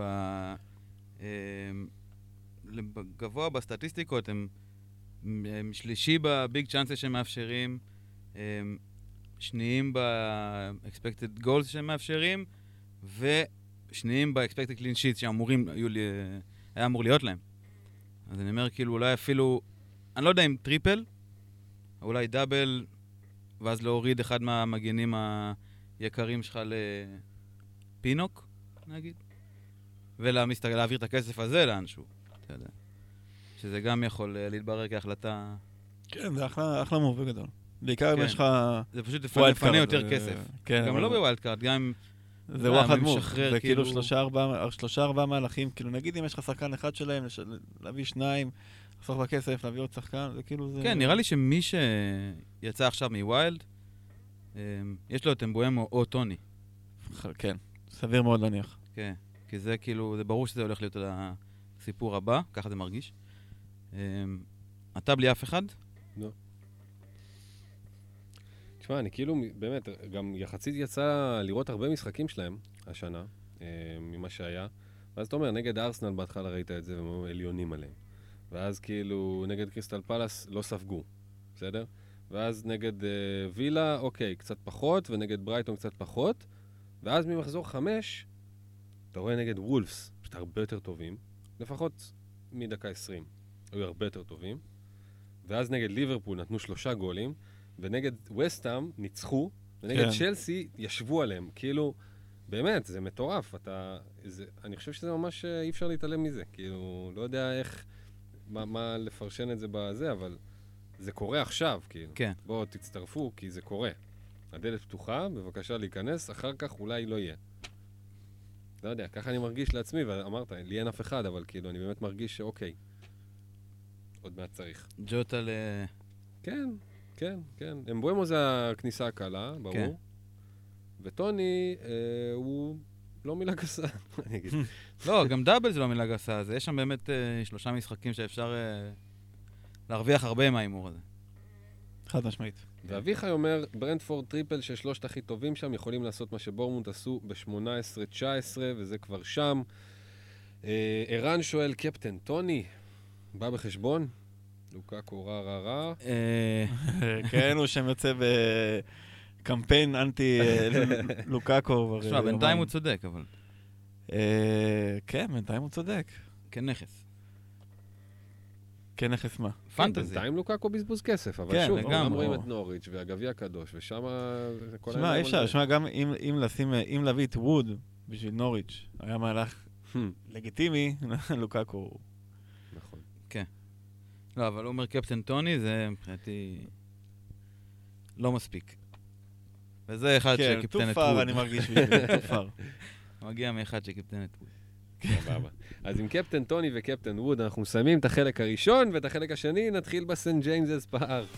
גבוה בסטטיסטיקות, הם שלישי בביג צ'אנסס שהם מאפשרים, שניים ב-expected goals שהם מאפשרים, ושניים ב-expected clean sheets שאמורים, היה אמור להיות להם. אז אני אומר, כאילו, אולי אפילו, אני לא יודע אם טריפל, אולי דאבל, ואז להוריד אחד מהמגנים היקרים שלך לפינוק, נגיד, ולהעביר את הכסף הזה לאנשהו, אתה יודע. שזה גם יכול להתברר כהחלטה...
כן, זה אחלה מוב בגדול. בעיקר אם יש לך...
זה פשוט לפנה יותר כסף. גם לא בווילד קארד, גם אם...
זה וואחד מוב, זה כאילו 3-4 מהלכים, כאילו נגיד אם יש לך שחקן אחד שלהם, להביא 2, לחסוך בכסף, להביא עוד שחקן, זה כאילו זה...
כן, נראה לי שמי שיצא עכשיו מווילד, יש לו את אמבואמו או טוני.
כן, סביר מאוד להניח.
כן, כי זה כאילו, זה ברור שזה הולך להיות הסיפור הבא, ככה זה מרגיש. אתה בלי אף אחד?
לא. תשמע, אני כאילו, באמת, גם יחסית יצא לראות הרבה משחקים שלהם השנה, ממה שהיה. ואז אתה אומר, נגד ארסנל בהתחלה ראית את זה, והם עליונים עליהם. ואז כאילו, נגד קריסטל פלאס לא ספגו, בסדר? ואז נגד וילה, אוקיי, קצת פחות, ונגד ברייטון קצת פחות. ואז ממחזור 5, אתה רואה נגד וולפס, פשוט הרבה יותר טובים, לפחות מדקה 20, היו הרבה יותר טובים. ואז נגד ליברפול נתנו 3 גולים, ונגד וסטהאם ניצחו, ונגד צ'לסי ישבו עליהם. כאילו, באמת, זה מטורף. אני חושב שזה ממש אי אפשר להתעלם מזה. כאילו, לא יודע איך, מה לפרשן את זה בזה, אבל זה קורה עכשיו, כאילו.
כן.
בואו תצטרפו, כי זה קורה. הדלת פתוחה, בבקשה להיכנס, אחר כך אולי לא יהיה. לא יודע, ככה אני מרגיש לעצמי, ואמרת, לי אין אף אחד, אבל כאילו, אני באמת מרגיש שאוקיי, עוד מעט צריך.
ג'וטה
כן, כן, כן. אמבואמו זה הכניסה הקלה, ברור.
כן.
וטוני, הוא לא מילה גסה, אני אגיד.
לא, גם דאבל זה לא מילה גסה, אז יש שם באמת 3 משחקים שאפשר להרוויח הרבה מהאימור הזה.
חד משמעית.
ואביחי אומר, ברנטפורד טריפל ששלושת הכי טובים שם יכולים לעשות מה שבורמונט עשו ב-18-19, וזה כבר שם. ערן שואל, קפטן, טוני, בא בחשבון? לוקאקו רע.
כן, הוא שם יוצא בקמפיין אנטי לוקאקו.
עכשיו, בינתיים הוא צודק, אבל...
כן, בינתיים הוא צודק.
כנכס.
כנכס מה?
פנטזי.
בינתיים לוקאקו בזבוז כסף, אבל שוב,
לגמרי.
גם רואים את נוריץ' והגביע הקדוש, ושם כל
שמע, אי אפשר, שמע, גם אם להביא את ווד בשביל נוריץ', היה מהלך לגיטימי, לוקאקו.
נכון.
כן. לא, אבל הוא אומר קפטן טוני, זה מבחינתי לא מספיק. וזה אחד שקיפטן את ווד.
כן, תופר אני מרגיש בשביל, תופר.
מגיע מאחד שקיפטן את ווד.
סבבה. אז עם קפטן טוני וקפטן ווד אנחנו מסיימים את החלק הראשון, ואת החלק השני נתחיל בסנט ג'יימסס פארק.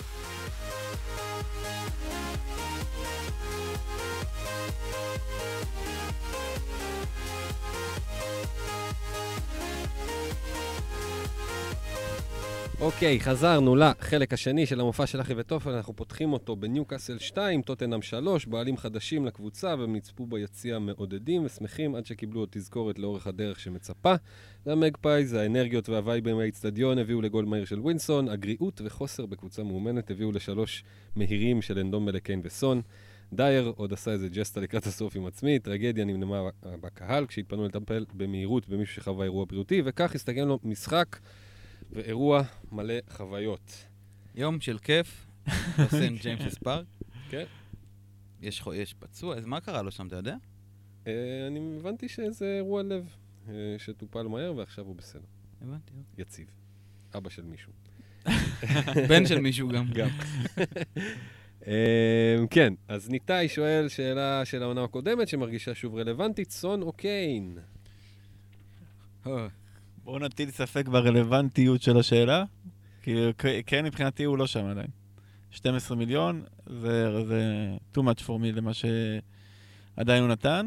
אוקיי, חזרנו לחלק השני של המופע של אחי וטופל, אנחנו פותחים אותו בניוקאסל 2, טוטנהאם 3, בעלים חדשים לקבוצה, והם נצפו ביציע מעודדים ושמחים עד שקיבלו עוד תזכורת לאורך הדרך שמצפה. והמגפייז, האנרגיות והווייבים מהאצטדיון הביאו לגול מהיר של ווינסון, הגריעות וחוסר בקבוצה מאומנת הביאו לשלוש מהירים של אנדומבלה, קיין וסון. דייר עוד עשה איזה ג'סטה לקראת הסוף עם עצמי, טרגדיה נמנמה בקהל כשהתפנו לטפל במהירות במישהו שחווה אירוע בריאותי, וכך הסתגל לו משחק ואירוע מלא חוויות.
יום של כיף, בסנט ג'יימסס פארק.
כן.
יש פצוע, אז מה קרה לו שם, אתה יודע?
אני הבנתי שזה אירוע לב שטופל מהר ועכשיו הוא בסדר.
הבנתי.
יציב. אבא של מישהו.
בן של מישהו גם.
גם. כן, אז ניתאי שואל שאלה של העונה הקודמת שמרגישה שוב רלוונטית, סון או קיין?
בואו נטיל ספק ברלוונטיות של השאלה, כי כן מבחינתי הוא לא שם עדיין. 12 מיליון, זה too much for me למה שעדיין הוא נתן.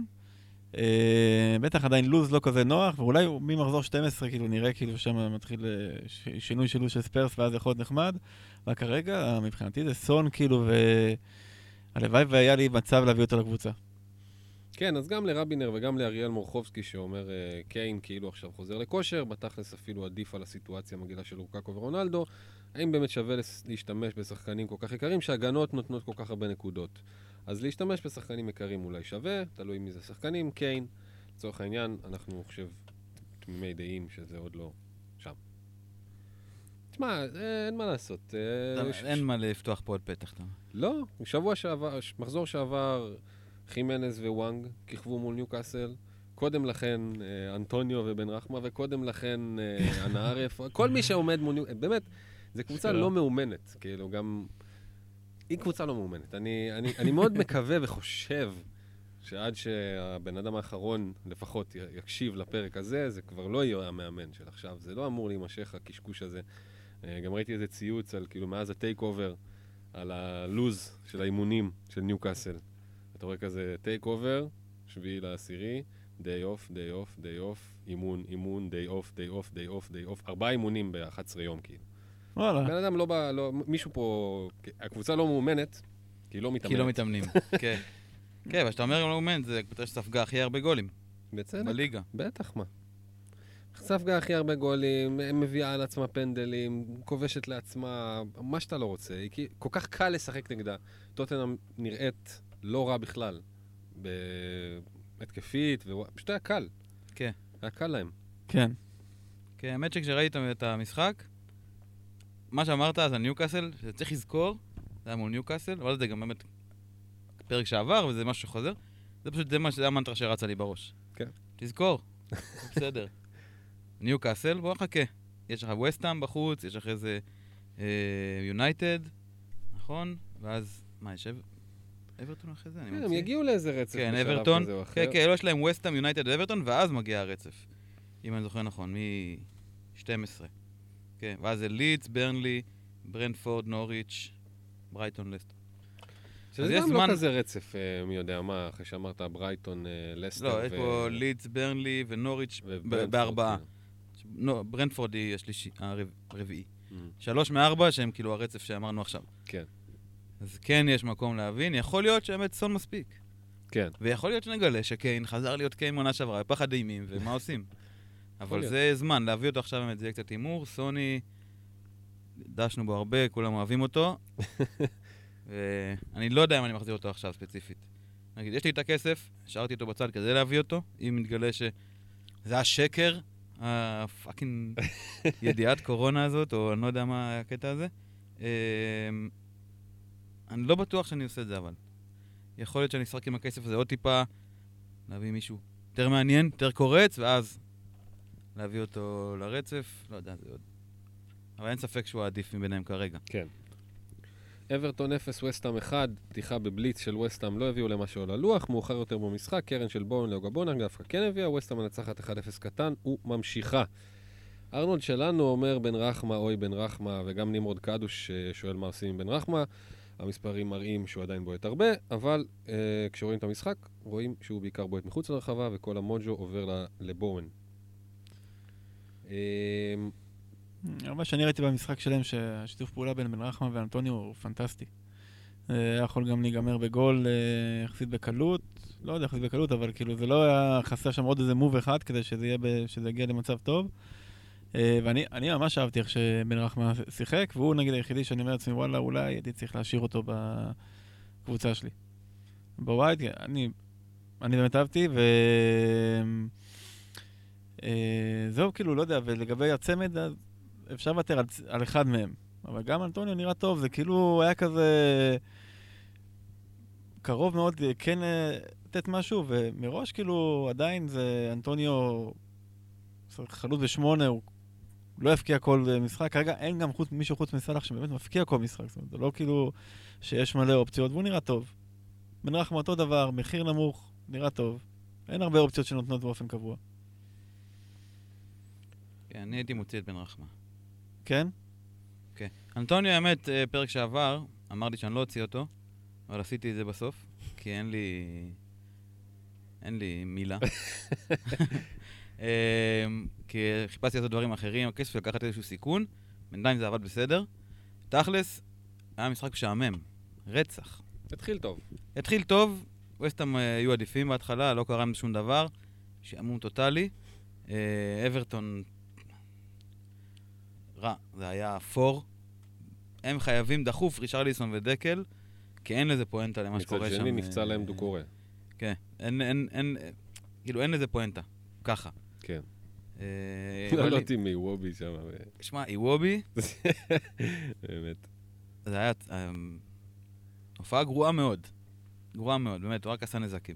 בטח עדיין לוז לא כזה נוח, ואולי ממחזור 12 כאילו נראה כאילו שם מתחיל שינוי של לוז של ספרס ואז יכול להיות נחמד, אבל כרגע מבחינתי זה סון כאילו, והלוואי והיה לי מצב להביא אותו לקבוצה.
כן, אז גם לרבינר וגם לאריאל מורחובסקי שאומר קיין כאילו עכשיו חוזר לכושר, בתכלס אפילו עדיף על הסיטואציה המגעילה של לוקאקו ורונלדו. האם באמת שווה להשתמש בשחקנים כל כך יקרים שהגנות נותנות כל כך הרבה נקודות? אז להשתמש בשחקנים יקרים אולי שווה, תלוי מי זה שחקנים, קיין. לצורך העניין, אנחנו חושב תמימי דעים שזה עוד לא שם. תשמע, אין מה לעשות.
אין מה לפתוח פה עוד פתח.
לא, שבוע שעבר, מחזור שעבר, חימנז ווואנג כיכבו מול ניוקאסל, קודם לכן אנטוניו ובן רחמה, וקודם לכן אנערף, כל מי שעומד מול ניוקאסל, באמת, זו קבוצה לא מאומנת, כאילו גם, היא קבוצה לא מאומנת. אני מאוד מקווה וחושב שעד שהבן אדם האחרון לפחות יקשיב לפרק הזה, זה כבר לא יהיה המאמן של עכשיו, זה לא אמור להימשך הקשקוש הזה. גם ראיתי איזה ציוץ על כאילו מאז הטייק אובר, על הלוז של האימונים של ניוקאסל. אתה רואה כזה טייק אובר, 7/10, day off, day off, day off, אימון, day off, day off, day off, day off, 4 אימונים ב-11 יום כאילו.
וואלה.
בן אדם לא בא, מישהו פה, הקבוצה לא מאומנת, כי היא לא מתאמנת.
כי לא מתאמנים, כן. כן, אבל שאתה אומר לא מאומנת, זה הקבוצה שספגה הכי הרבה גולים.
בצדק.
בליגה.
בטח, מה. ספגה הכי הרבה גולים, מביאה על עצמה פנדלים, כובשת לעצמה, מה שאתה לא רוצה. היא כל כך קל לשחק נגדה. טוטנהאם נראית לא רע בכלל. בהתקפית, פשוט היה קל.
כן.
היה קל להם.
כן.
כן, האמת שכשראיתי את המשחק, מה שאמרת אז על ניוקאסל, שצריך לזכור, זה היה מול ניוקאסל, אבל זה גם באמת פרק שעבר, וזה משהו שחוזר, זה פשוט, זה המנטרה שרצה לי בראש.
כן.
תזכור, בסדר. ניוקאסל, בוא נחכה. יש לך ווסטהאם בחוץ, יש לך איזה יונייטד, נכון? ואז, מה, יש אברטון אחרי זה?
הם יגיעו לאיזה רצף
כן, אברטון. כן, אלו יש להם וסטהאם, יונייטד, אברטון, ואז מגיע הרצף. אם אני זוכר נכון, מ-12. כן, ואז זה לידס, ברנלי, ברנפורד, נוריץ', ברייטון, לסטר.
שזה גם לא כזה רצף, מי יודע מה, אחרי שאמרת ברייטון, לסטר
לא, יש פה לידס, ברנלי ונוריץ' בארבעה. ברנפורד היא השלישי, הרביעי. 3 מ-4 שהם כאילו הרצף שאמרנו עכשיו.
כן.
אז כן יש מקום להבין, יכול להיות שבאמת סון מספיק.
כן.
ויכול להיות שנגלה שקיין חזר להיות קיין מעונה שעברה, פחד אימים, ומה עושים? אבל זה זמן, להביא אותו עכשיו באמת, זה יהיה קצת אימור, סוני, דשנו בו הרבה, כולם אוהבים אותו, ואני לא יודע אם אני מחזיר אותו עכשיו ספציפית. נגיד, יש לי את הכסף, השארתי אותו בצד כדי להביא אותו, אם מתגלה שזה השקר, הפאקינג ידיעת קורונה הזאת, או אני לא יודע מה הקטע הזה. אני לא בטוח שאני עושה את זה, אבל יכול להיות שאני אשחק עם הכסף הזה עוד טיפה, להביא מישהו יותר מעניין, יותר קורץ, ואז להביא אותו לרצף, לא יודע, זה עוד. אבל אין ספק שהוא עדיף מביניהם כרגע.
כן. אברטון 0, וסטהאם 1, פתיחה בבליץ של וסטהאם לא הביאו למשהו ללוח, מאוחר יותר במשחק, קרן של בורן לאוגבונר, דווקא כן הביאה, וסטהאם מנצחת 1-0 קטן, וממשיכה. ארנולד שלנו אומר בן רחמה, אוי בן רחמה, וגם נמרוד קדוש שואל מה עושים עם בן רחמה. המספרים מראים שהוא עדיין בועט הרבה, אבל כשרואים את המשחק, רואים שהוא בעיקר בועט מחוץ לרחבה, וכל המוג'ו עובר לבורן.
מה שאני ראיתי במשחק שלהם, שהשיתוף פעולה בין בן רחמה ואנטוניו הוא פנטסטי. היה יכול גם להיגמר בגול יחסית בקלות, לא יודע יחסית בקלות, אבל כאילו זה לא היה חסר שם עוד איזה מוב אחד כדי שזה יגיע למצב טוב. ואני ממש אהבתי איך שבן רחמה שיחק, והוא נגיד היחידי שאני אומר לעצמי, וואלה, אולי הייתי צריך להשאיר אותו בקבוצה שלי. בווייט, אני באמת אהבתי, זהו, כאילו, לא יודע, ולגבי הצמד, אפשר לוותר על אחד מהם. אבל גם אנטוניו נראה טוב, זה כאילו היה כזה קרוב מאוד כן לתת משהו, ומראש כאילו עדיין זה אנטוניו חלוץ ב8, הוא לא יפקיע כל משחק. כרגע אין גם מישהו חוץ מסלח שבאמת מפקיע כל משחק. זאת אומרת, זה לא כאילו שיש מלא אופציות, והוא נראה טוב. בן רחמה אותו דבר, מחיר נמוך, נראה טוב. אין הרבה אופציות שנותנות באופן קבוע.
כן, אני הייתי מוציא את בן רחמה.
כן?
כן. אנטוניו, האמת, פרק שעבר, אמרתי שאני לא הוציא אותו, אבל עשיתי את זה בסוף, כי אין לי מילה. כי חיפשתי לעשות דברים אחרים, הכסף לקחת איזשהו סיכון, בינתיים זה עבד בסדר. תכלס, היה משחק משעמם, רצח. התחיל טוב, וסטהאם היו עדיפים בהתחלה, לא קרה שום דבר, שעמום טוטלי. אברטון רע, זה היה פור. הם חייבים דחוף, רישרליסון ודקל, כי אין לזה פואנטה למה שקורה שם.
מצד שני נפצע להם דוקורה.
כן, כאילו אין לזה פואנטה, ככה.
כן. לא אותי מאיוובי שם.
שמע, איוובי,
באמת.
זה היה הופעה גרועה מאוד. גרועה מאוד, באמת, הוא רק עשה נזקים.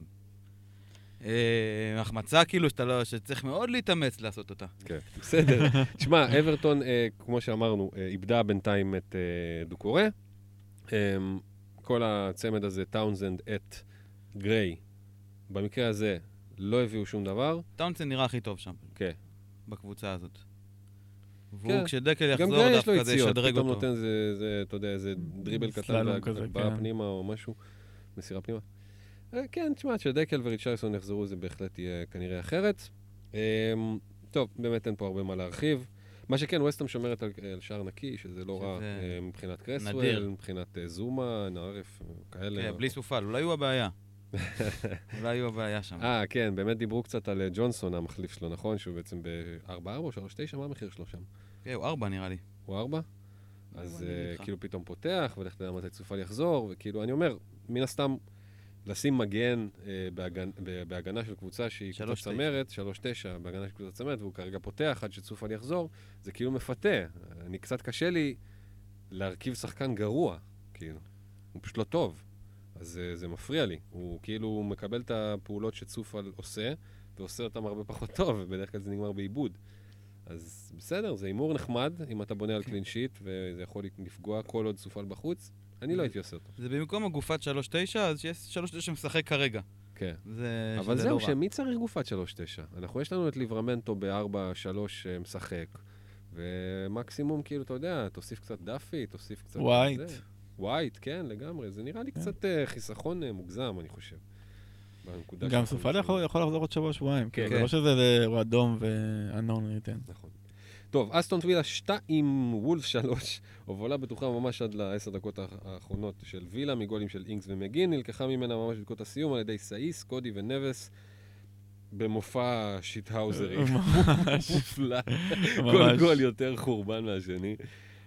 החמצה כאילו שצריך מאוד להתאמץ לעשות אותה.
כן, בסדר. תשמע, אברטון, כמו שאמרנו, איבדה בינתיים את דוקורה. כל הצמד הזה, טאונזנד את גריי, במקרה הזה לא הביאו שום דבר.
טאונזנד נראה הכי טוב שם.
כן.
בקבוצה הזאת. והוא כשדקל יחזור דווקא זה ישדרג אותו.
פתאום נותן אתה יודע, איזה דריבל קטן והגברה פנימה או משהו, מסירה פנימה. כן, תשמע, שדקל וריצ'רליסון יחזרו זה בהחלט יהיה כנראה אחרת. טוב, באמת אין פה הרבה מה להרחיב. מה שכן, וסטהאם שומרת על שער נקי, שזה לא רע מבחינת קרסוול, מבחינת זומה, נערף, כאלה.
כן, בלי סופל, אולי הוא הבעיה. אולי הוא הבעיה שם.
כן, באמת דיברו קצת על ג'ונסון, המחליף שלו, נכון? שהוא בעצם ב-4-4 או 3-9, מה המחיר שלו שם?
כן, הוא 4 נראה לי.
הוא 4? אז כאילו פתאום פותח, ולך תדע מתי סופל יחזור, וכאילו, אני אומר, מן הסתם, לשים מגן בהגנה של קבוצה שהיא קבוצה צמרת, 3-9 בהגנה של קבוצה צמרת, והוא כרגע פותח עד שצופל יחזור, זה כאילו מפתה. אני קצת קשה לי להרכיב שחקן גרוע, כאילו. הוא פשוט לא טוב. אז זה מפריע לי. הוא כאילו מקבל את הפעולות שצופל עושה, ועושה אותם הרבה פחות טוב, ובדרך כלל זה נגמר בעיבוד. אז בסדר, זה הימור נחמד, אם אתה בונה על קלין שיט, וזה יכול לפגוע כל עוד סופל בחוץ. אני לא הייתי עושה אותו.
זה במקום הגופת 3-9, אז שיש 3-9 משחק כרגע.
כן.
זה
אבל
לא
זהו,
רע.
שמי צריך גופת 3-9? יש לנו את ליברמנטו ב-4-3 משחק, ומקסימום, כאילו, אתה יודע, תוסיף קצת דאפי, תוסיף קצת...
ווייט.
ווייט, כן, לגמרי. זה נראה לי קצת חיסכון מוגזם, אני חושב.
גם סופל יכול לחזור עוד שבוע-שבועיים.
כן.
זה לא שזה הוא אדום ואנון ריטן.
נכון. טוב, אסטון וילה 2, וולף 3, הובלה בטוחה ממש עד ל10 דקות האחרונות של וילה, מגולים של אינגס ומגין, נלקחה ממנה ממש בדקות הסיום על ידי סאיס, קודי ונבס, במופע שיטהאוזרי. מופלא. כל גול יותר חורבן מהשני.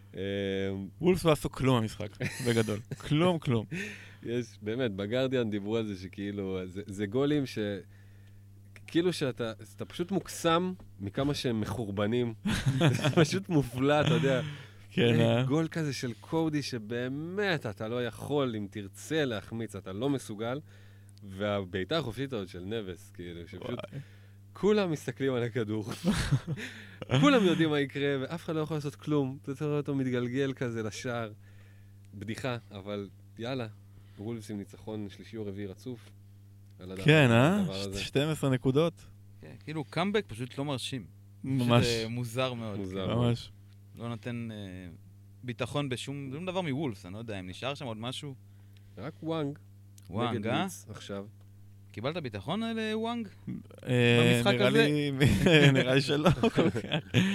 וולפס לא עשו כלום במשחק, בגדול. כלום.
יש, באמת, בגרדיאן דיברו על זה שכאילו, זה גולים ש... כאילו שאתה פשוט מוקסם מכמה שהם מחורבנים. זה פשוט מופלא, אתה יודע.
כן,
גול כזה של קודי שבאמת אתה לא יכול, אם תרצה להחמיץ, אתה לא מסוגל. והביתה החופשית עוד של נבס, כאילו, שפשוט כולם מסתכלים על הכדור. כולם יודעים מה יקרה, ואף אחד לא יכול לעשות כלום. אתה רואה אותו מתגלגל כזה לשער. בדיחה, אבל יאללה. וולפס עם ניצחון שלישי או רביעי רצוף.
כן, 12 נקודות.
כן, כאילו קאמבק פשוט לא מרשים.
ממש.
זה מוזר מאוד.
ממש.
לא נותן ביטחון בשום דבר מוולפס, אני לא יודע, אם נשאר שם עוד משהו.
רק וואנג.
וואנג, אה?
עכשיו.
קיבלת ביטחון על וואנג? במשחק הזה?
נראה לי שלא כל כך.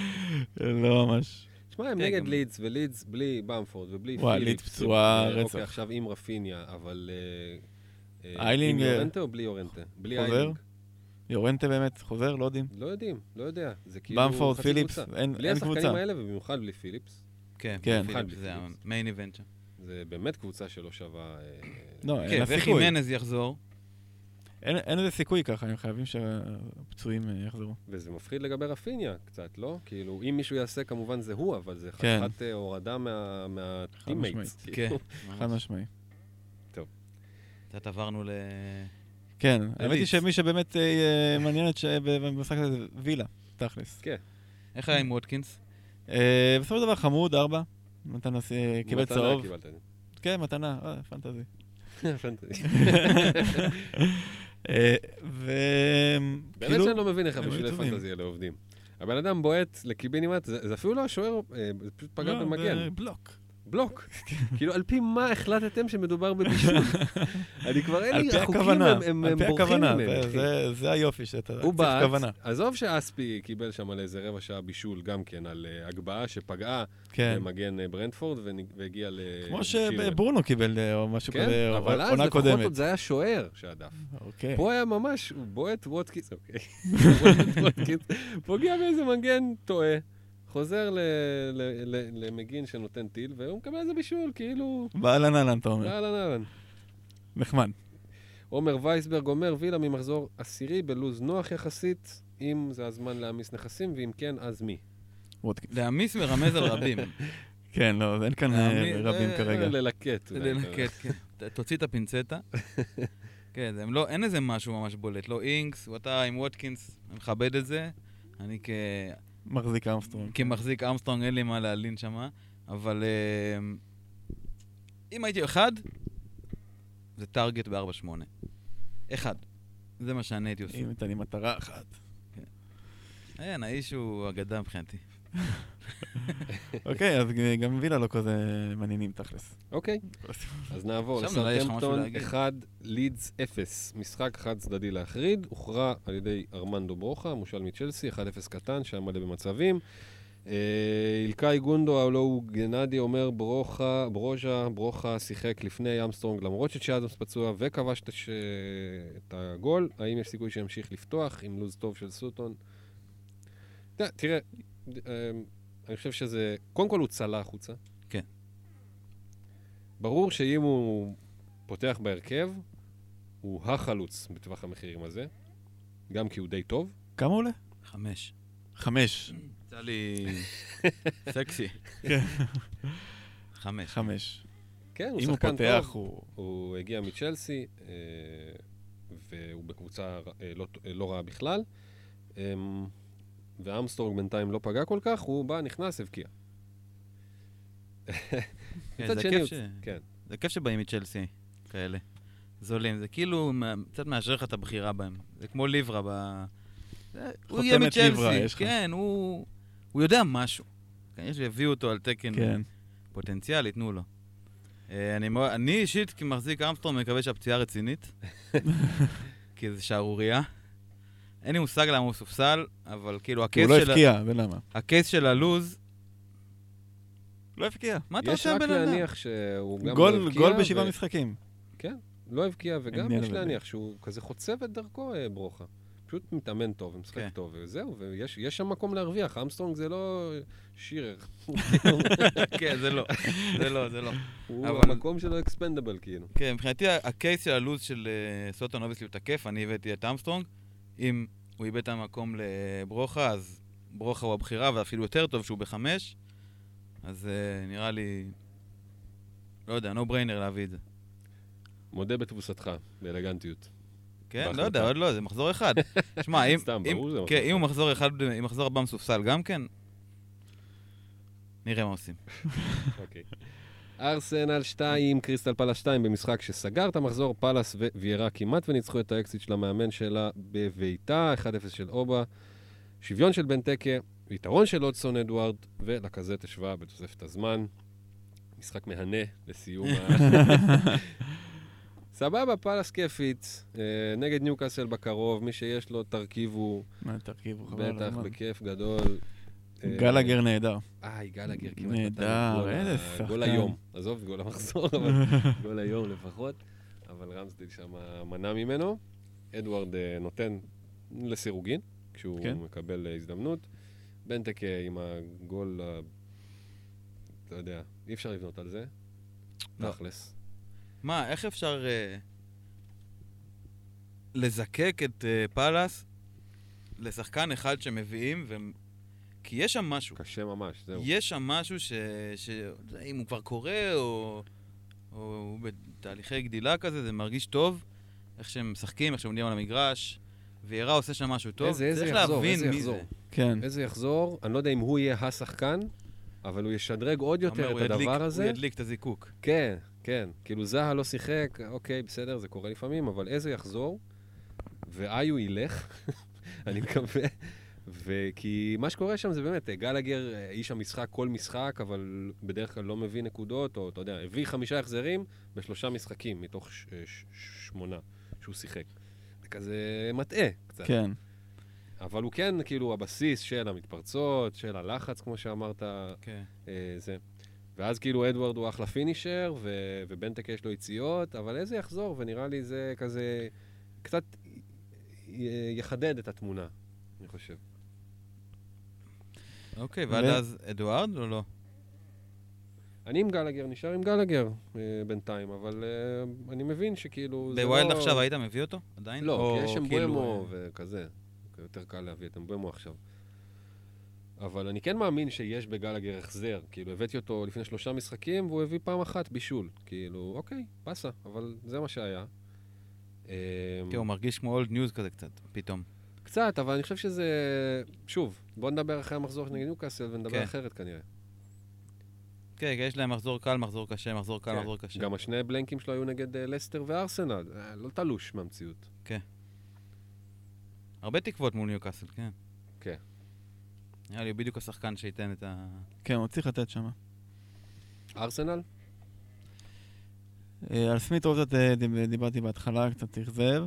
לא ממש.
תשמע, הם נגד לידס, ולידס בלי במפורד ובלי פיליפס.
וואי, לידס פצועה רצח.
אוקיי, עכשיו עם רפיניה, אבל...
איילינג...
עם יורנטה או בלי יורנטה? בלי
חוזר?
איילינג.
יורנטה באמת, חוזר? לא יודעים.
לא יודעים, לא יודע. זה כאילו
במפורד,
חצי
פיליפס,
קבוצה.
אין
בלי
קבוצה.
השחקנים האלה, ובמיוחד בלי פיליפס.
כן,
פיליפס.
זה המיין איבנט שם.
זה באמת קבוצה שלא שווה...
לא, אין
כן,
לה סיכוי.
וחימנז יחזור.
אין איזה סיכוי ככה, הם חייבים שהפצועים יחזרו.
וזה מפחיד לגבי רפיניה קצת, לא? כאילו, אם מישהו יעשה, כמובן זה הוא, אבל זה
כן.
חתיכת הורדה מהטימייטס.
משמעית.
כן.
חד משמעי.
קצת עברנו
כן, האמת היא שמי שבאמת מעניינת שבמשחק הזה זה וילה, תכלס.
כן.
איך היה עם ווטקינס?
בסופו של דבר חמוד, 4. נתן קיבל צהוב.
מתנה קיבלת.
כן, מתנה, פנטזי.
פנטזי. באמת שאני לא מבין איך בשביל הפנטזי האלה עובדים. הבן אדם בועט לקיבינימט, זה אפילו לא השוער, זה פשוט פגע במגן. בלוק. כאילו, על פי מה החלטתם שמדובר בבישול? אני כבר אין לי, החוקים הם בורחים ממנו.
זה היופי שאתה
הוא בעט, עזוב שאספי קיבל שם על איזה רבע שעה בישול גם כן, על הגבהה שפגעה במגן ברנטפורד והגיע לשילואן.
כמו שברונו קיבל או משהו כזה,
כן, אבל אז לפחות עוד זה היה שוער שהדף. פה היה ממש, הוא בועט ווטקינס, פוגע באיזה מגן טועה. חוזר למגין שנותן טיל, והוא מקבל איזה בישול, כאילו...
באלן אלן, אתה אומר.
באלן אלן.
נחמד.
עומר וייסברג אומר, וילה ממחזור 10 בלוז נוח יחסית, אם זה הזמן להמיס נכסים, ואם כן, אז מי?
להמיס מרמז על רבים.
כן, לא, אין כאן רבים כרגע.
ללקט.
ללקט, כן. תוציא את הפינצטה. כן, אין איזה משהו ממש בולט. לא אינגס, אתה עם ווטקינס, אני מכבד את זה. אני
מחזיק ארמסטרונג.
כמחזיק ארמסטרונג אין לי מה להלין שמה, אבל אם הייתי אחד, זה טארגט ב-4-8. אחד. זה מה שאני הייתי עושה.
אם הייתה לי מטרה אחת.
אין, האיש הוא אגדה מבחינתי.
אוקיי, אז גם וילה לא כזה מעניינים תכלס.
אוקיי, אז נעבור לסאות'המפטון 1, לידס 0. משחק חד צדדי להחריד, הוכרע על ידי ארמנדו ברוכה, מושל מצ'לסי, 1-0 קטן, שהיה מלא במצבים. אילקאי גונדו, הלא הוא גנדי, אומר ברוכה שיחק לפני אמסטרונג, למרות שצ'אדמס פצוע וכבש את הגול. האם יש סיכוי שימשיך לפתוח עם לוז טוב של סוטון? תראה, אני חושב שזה, קודם כל הוא צלה החוצה.
כן.
ברור שאם הוא פותח בהרכב, הוא החלוץ בטווח המחירים הזה, גם כי הוא די טוב.
כמה עולה?
5.
5.
יצא לי סקסי.
כן.
5.
5.
כן, הוא שחקן טוב. הוא הגיע מצ'לסי, והוא בקבוצה לא רעה בכלל. ואמסטרונג בינתיים לא פגע כל כך, הוא בא, נכנס, הבקיע.
זה כיף שבאים מצ'לסי כאלה. זולים, זה כאילו קצת מאשר לך את הבחירה בהם. זה כמו ליברה הוא יהיה מצ'לסי, כן, הוא יודע משהו. כנראה שהביאו אותו על תקן פוטנציאל, יתנו לו. אני אישית כמחזיק אמסטרונג מקווה שהפציעה רצינית, כי זה שערוריה. אין לי מושג למה הוא סופסל, אבל כאילו הקייס של...
הוא לא הפקיע, ולמה?
הקייס של הלוז...
לא הפקיע.
מה אתה עושה בן אדם?
יש רק להניח שהוא גם לא הבקיע...
גול בשבעה משחקים.
כן, לא הבקיע, וגם יש להניח שהוא כזה חוצב את דרכו ברוכה. פשוט מתאמן טוב, משחק טוב, וזהו, ויש שם מקום להרוויח. אמסטרונג זה לא שירר.
כן, זה לא.
הוא המקום שלו אקספנדבל, כאילו.
כן, מבחינתי הקייס של הלוז של סוטון אובייסלי הוא תקף, אני הבאתי את אמסטרונג. אם הוא איבד את המקום לברוכה, אז ברוכה הוא הבחירה, ואפילו יותר טוב שהוא ב5, אז נראה לי, לא יודע, no brainer להביא את זה.
מודה בתבוסתך, באלגנטיות.
כן, לא יודע, עוד לא, זה מחזור אחד. שמע, אם הוא מחזור הבא מסופסל גם כן, נראה מה עושים.
אוקיי. ארסנל 2, קריסטל פלאס 2 במשחק שסגר את המחזור, פלאס וויירה כמעט וניצחו את האקסיט של המאמן שלה בביתה, 1-0 של אובה, שוויון של בנטקה, יתרון של אודסון אדוארד, ולקזט השוואה בתוספת הזמן. משחק מהנה לסיום. סבבה, פלאס כיפית, נגד ניוקאסל בקרוב, מי שיש לו תרכיבו, בטח בכיף גדול.
גלגר נהדר.
גלגר כמעט
נהדר, איזה שחקן.
גול היום, עזוב, גול המחזור, אבל גול היום לפחות. אבל רמסדייל שם מנע ממנו. אדוארד נותן לסירוגין, כשהוא מקבל הזדמנות. בנטק עם הגול, אתה יודע, אי אפשר לבנות על זה. תכלס.
מה, איך אפשר לזקק את פלאס לשחקן אחד שמביאים, כי יש שם משהו.
קשה ממש, זהו.
יש שם משהו אם הוא כבר קורה, או בתהליכי גדילה כזה, זה מרגיש טוב, איך שהם משחקים, איך שהם עומדים על המגרש, ויירה עושה שם משהו טוב.
איזה יחזור, איזה יחזור.
כן.
איזה יחזור, אני לא יודע אם הוא יהיה השחקן, אבל הוא ישדרג עוד יותר את הדבר הזה.
הוא ידליק את הזיקוק.
כן, כן. כאילו זהה לא שיחק, אוקיי, בסדר, זה קורה לפעמים, אבל איזה יחזור, ואיו ילך, אני מקווה. וכי מה שקורה שם זה באמת, גלגר איש המשחק כל משחק, אבל בדרך כלל לא מביא נקודות, או אתה יודע, הביא 5 החזרים ב3 משחקים מתוך 8 שהוא שיחק. זה כזה מטעה קצת.
כן.
אבל הוא כן, כאילו, הבסיס של המתפרצות, של הלחץ, כמו שאמרת, זה. ואז כאילו אדוארד הוא אחלה פינישר, ובנטק יש לו יציאות, אבל איזה יחזור, ונראה לי זה כזה, קצת יחדד את התמונה, אני חושב.
אוקיי, ועד אז אדוארד או לא?
אני עם גלגר, נשאר עם גלגר בינתיים, אבל אני מבין שכאילו...
בווילד עכשיו היית מביא אותו? עדיין?
לא, כי יש אמבוימו וכזה. יותר קל להביא את אמבוימו עכשיו. אבל אני כן מאמין שיש בגלגר החזר. כאילו, הבאתי אותו לפני 3 משחקים, והוא הביא פעם אחת בישול. כאילו, אוקיי, פסה, אבל זה מה שהיה.
כן, הוא מרגיש כמו אולד ניוז כזה קצת, פתאום.
קצת, אבל אני חושב שזה... שוב, בוא נדבר אחרי המחזור נגד ניוקאסל, ונדבר אחרת כנראה.
כן, יש להם מחזור קל, מחזור קשה, מחזור קל, מחזור קשה.
גם השני בלנקים שלו היו נגד לסטר וארסנל. לא תלוש מהמציאות.
כן. הרבה תקוות מול ניוקאסל, כן.
כן.
נראה לי בדיוק השחקן שייתן את ה...
כן, הוא צריך לתת שם.
ארסנל?
על סמית רוב קצת דיברתי בהתחלה, קצת אכזב.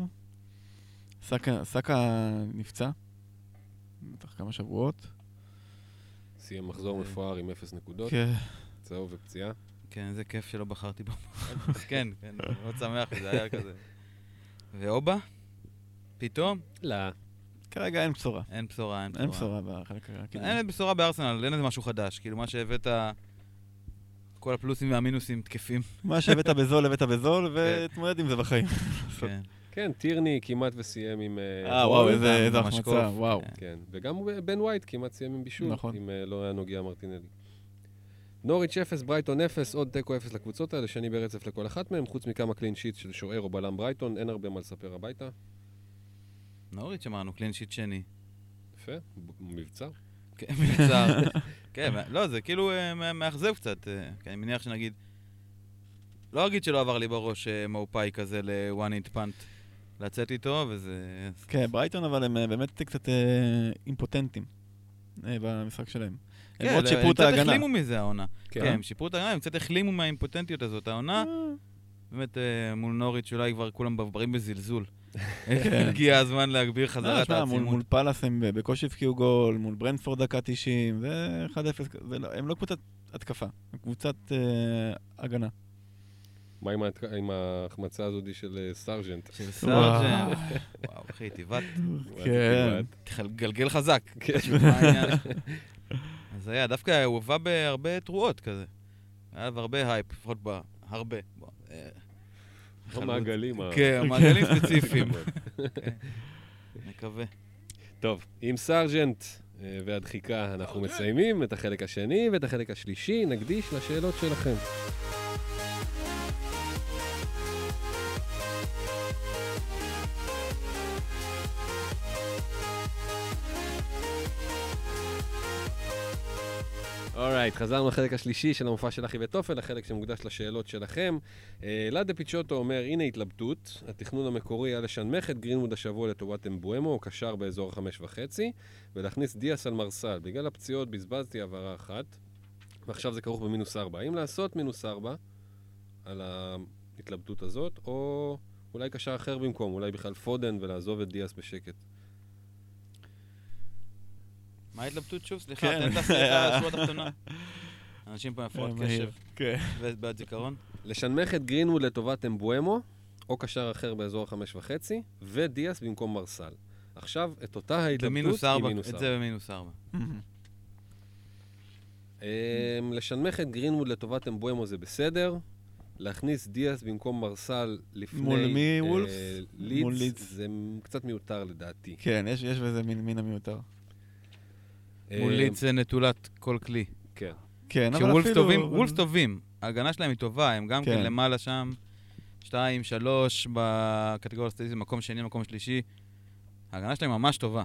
סאקה נפצע. בטח כמה שבועות.
סיים מחזור מפואר עם 0 נקודות.
כן.
צהוב ופציעה.
כן, זה כיף שלא בחרתי בו. כן, מאוד שמח, זה היה כזה. ואובה? פתאום?
לא.
כרגע אין בשורה.
אין בשורה.
אין בשורה בחלק הקדמי.
אין בשורה בארסנל, אין איזה משהו חדש. כאילו מה שהבאת, כל הפלוסים והמינוסים תקפים.
מה שהבאת בזול, הבאת בזול, ותמודד עם זה בחיים.
כן. כן, טירני כמעט וסיים עם...
וואו, איזה החמצה, וואו.
כן, וגם בן ווייט כמעט סיים עם בישול,
נכון.
אם לא היה נוגע מרטינלי. נוריץ' 0, ברייטון 0, עוד תיקו 0 לקבוצות האלה, שני ברצף לכל אחת מהם, חוץ מכמה קלין שיט של שוער או בלם ברייטון, אין הרבה מה לספר הביתה.
נוריץ' אמרנו, קלין שיט שני.
יפה, מבצר.
כן, מבצר. כן, לא, זה כאילו מאכזב קצת. אני מניח שנגיד, לא אגיד שלא עבר לי בראש מאופאי כזה ל-one hit punt לצאת איתו, וזה...
כן, ברייטון, אבל הם באמת קצת אימפוטנטים במשחק שלהם.
כן, הם קצת החלימו מזה העונה. כן, הם שיפרו את העונה, הם קצת החלימו מהאימפוטנטיות הזאת. העונה, באמת מול נוריץ' אולי כבר כולם בברים בזלזול. הגיע הזמן להגביר חזרה את העצימות.
מול פלאס הם בקושי הבקיעו גול, מול ברנדפורד דקה 90, זה 1-0, הם לא קבוצת התקפה, הם קבוצת הגנה.
מה עם ההחמצה הזאת של סארג'נט?
של סארג'נט. וואו, אחי, תיבת.
כן.
גלגל חזק. אז היה, דווקא הוא הובא בהרבה תרועות כזה. היה הרבה הייפ, לפחות בהרבה.
מעגלים.
כן, מעגלים ספציפיים. מקווה.
טוב, עם סארג'נט והדחיקה אנחנו מסיימים את החלק השני ואת החלק השלישי נקדיש לשאלות שלכם. אורייט, חזרנו לחלק השלישי של המופע של אחי וטופל, החלק שמוקדש לשאלות שלכם. אלעד פיצ'וטו אומר, הנה התלבטות, התכנון המקורי היה לשנמך את גרינווד השבוע לטובת אמבואמו, הוא קשר באזור 5.5, ולהכניס דיאס על מרסל. בגלל הפציעות בזבזתי העברה אחת, ועכשיו זה כרוך ב-4. האם לעשות -4 על ההתלבטות הזאת, או אולי קשר אחר במקום, אולי בכלל פודן ולעזוב את דיאס בשקט?
מה ההתלבטות שוב? סליחה, תן תעשי את השורה התחתונה. אנשים פה מפרעות קשב ובעד זיכרון.
לשנמך את גרינווד לטובת אמבואמו, או קשר אחר באזור 5.5, ודיאס במקום מרסל. עכשיו, את אותה ההתלבטות היא -4.
את זה ב-4.
לשנמך את גרינווד לטובת אמבואמו זה בסדר. להכניס דיאס במקום מרסל לפני...
מול מי וולף?
לידס, זה קצת מיותר לדעתי.
כן, יש בזה מין המיותר.
מול לידס זה נטולת כל כלי.
כן.
כן, אבל אפילו...
וולפס טובים, ההגנה שלהם היא טובה, הם גם כן למעלה שם, 2, 3 בקטגוריה הסטטיסטית, מקום שני, מקום שלישי. ההגנה שלהם ממש טובה.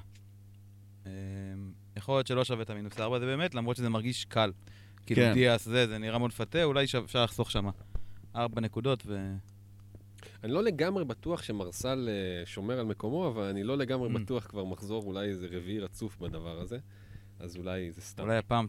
יכול להיות שלא שווה את -4, זה באמת, למרות שזה מרגיש קל. כאילו דיאס זה נראה מאוד פתה, אולי אפשר לחסוך שם 4 נקודות ו...
אני לא לגמרי בטוח שמרסל שומר על מקומו, אבל אני לא לגמרי בטוח כבר מחזור אולי איזה רביעי רצוף בדבר הזה. אז אולי זה סתם.
אולי הפעם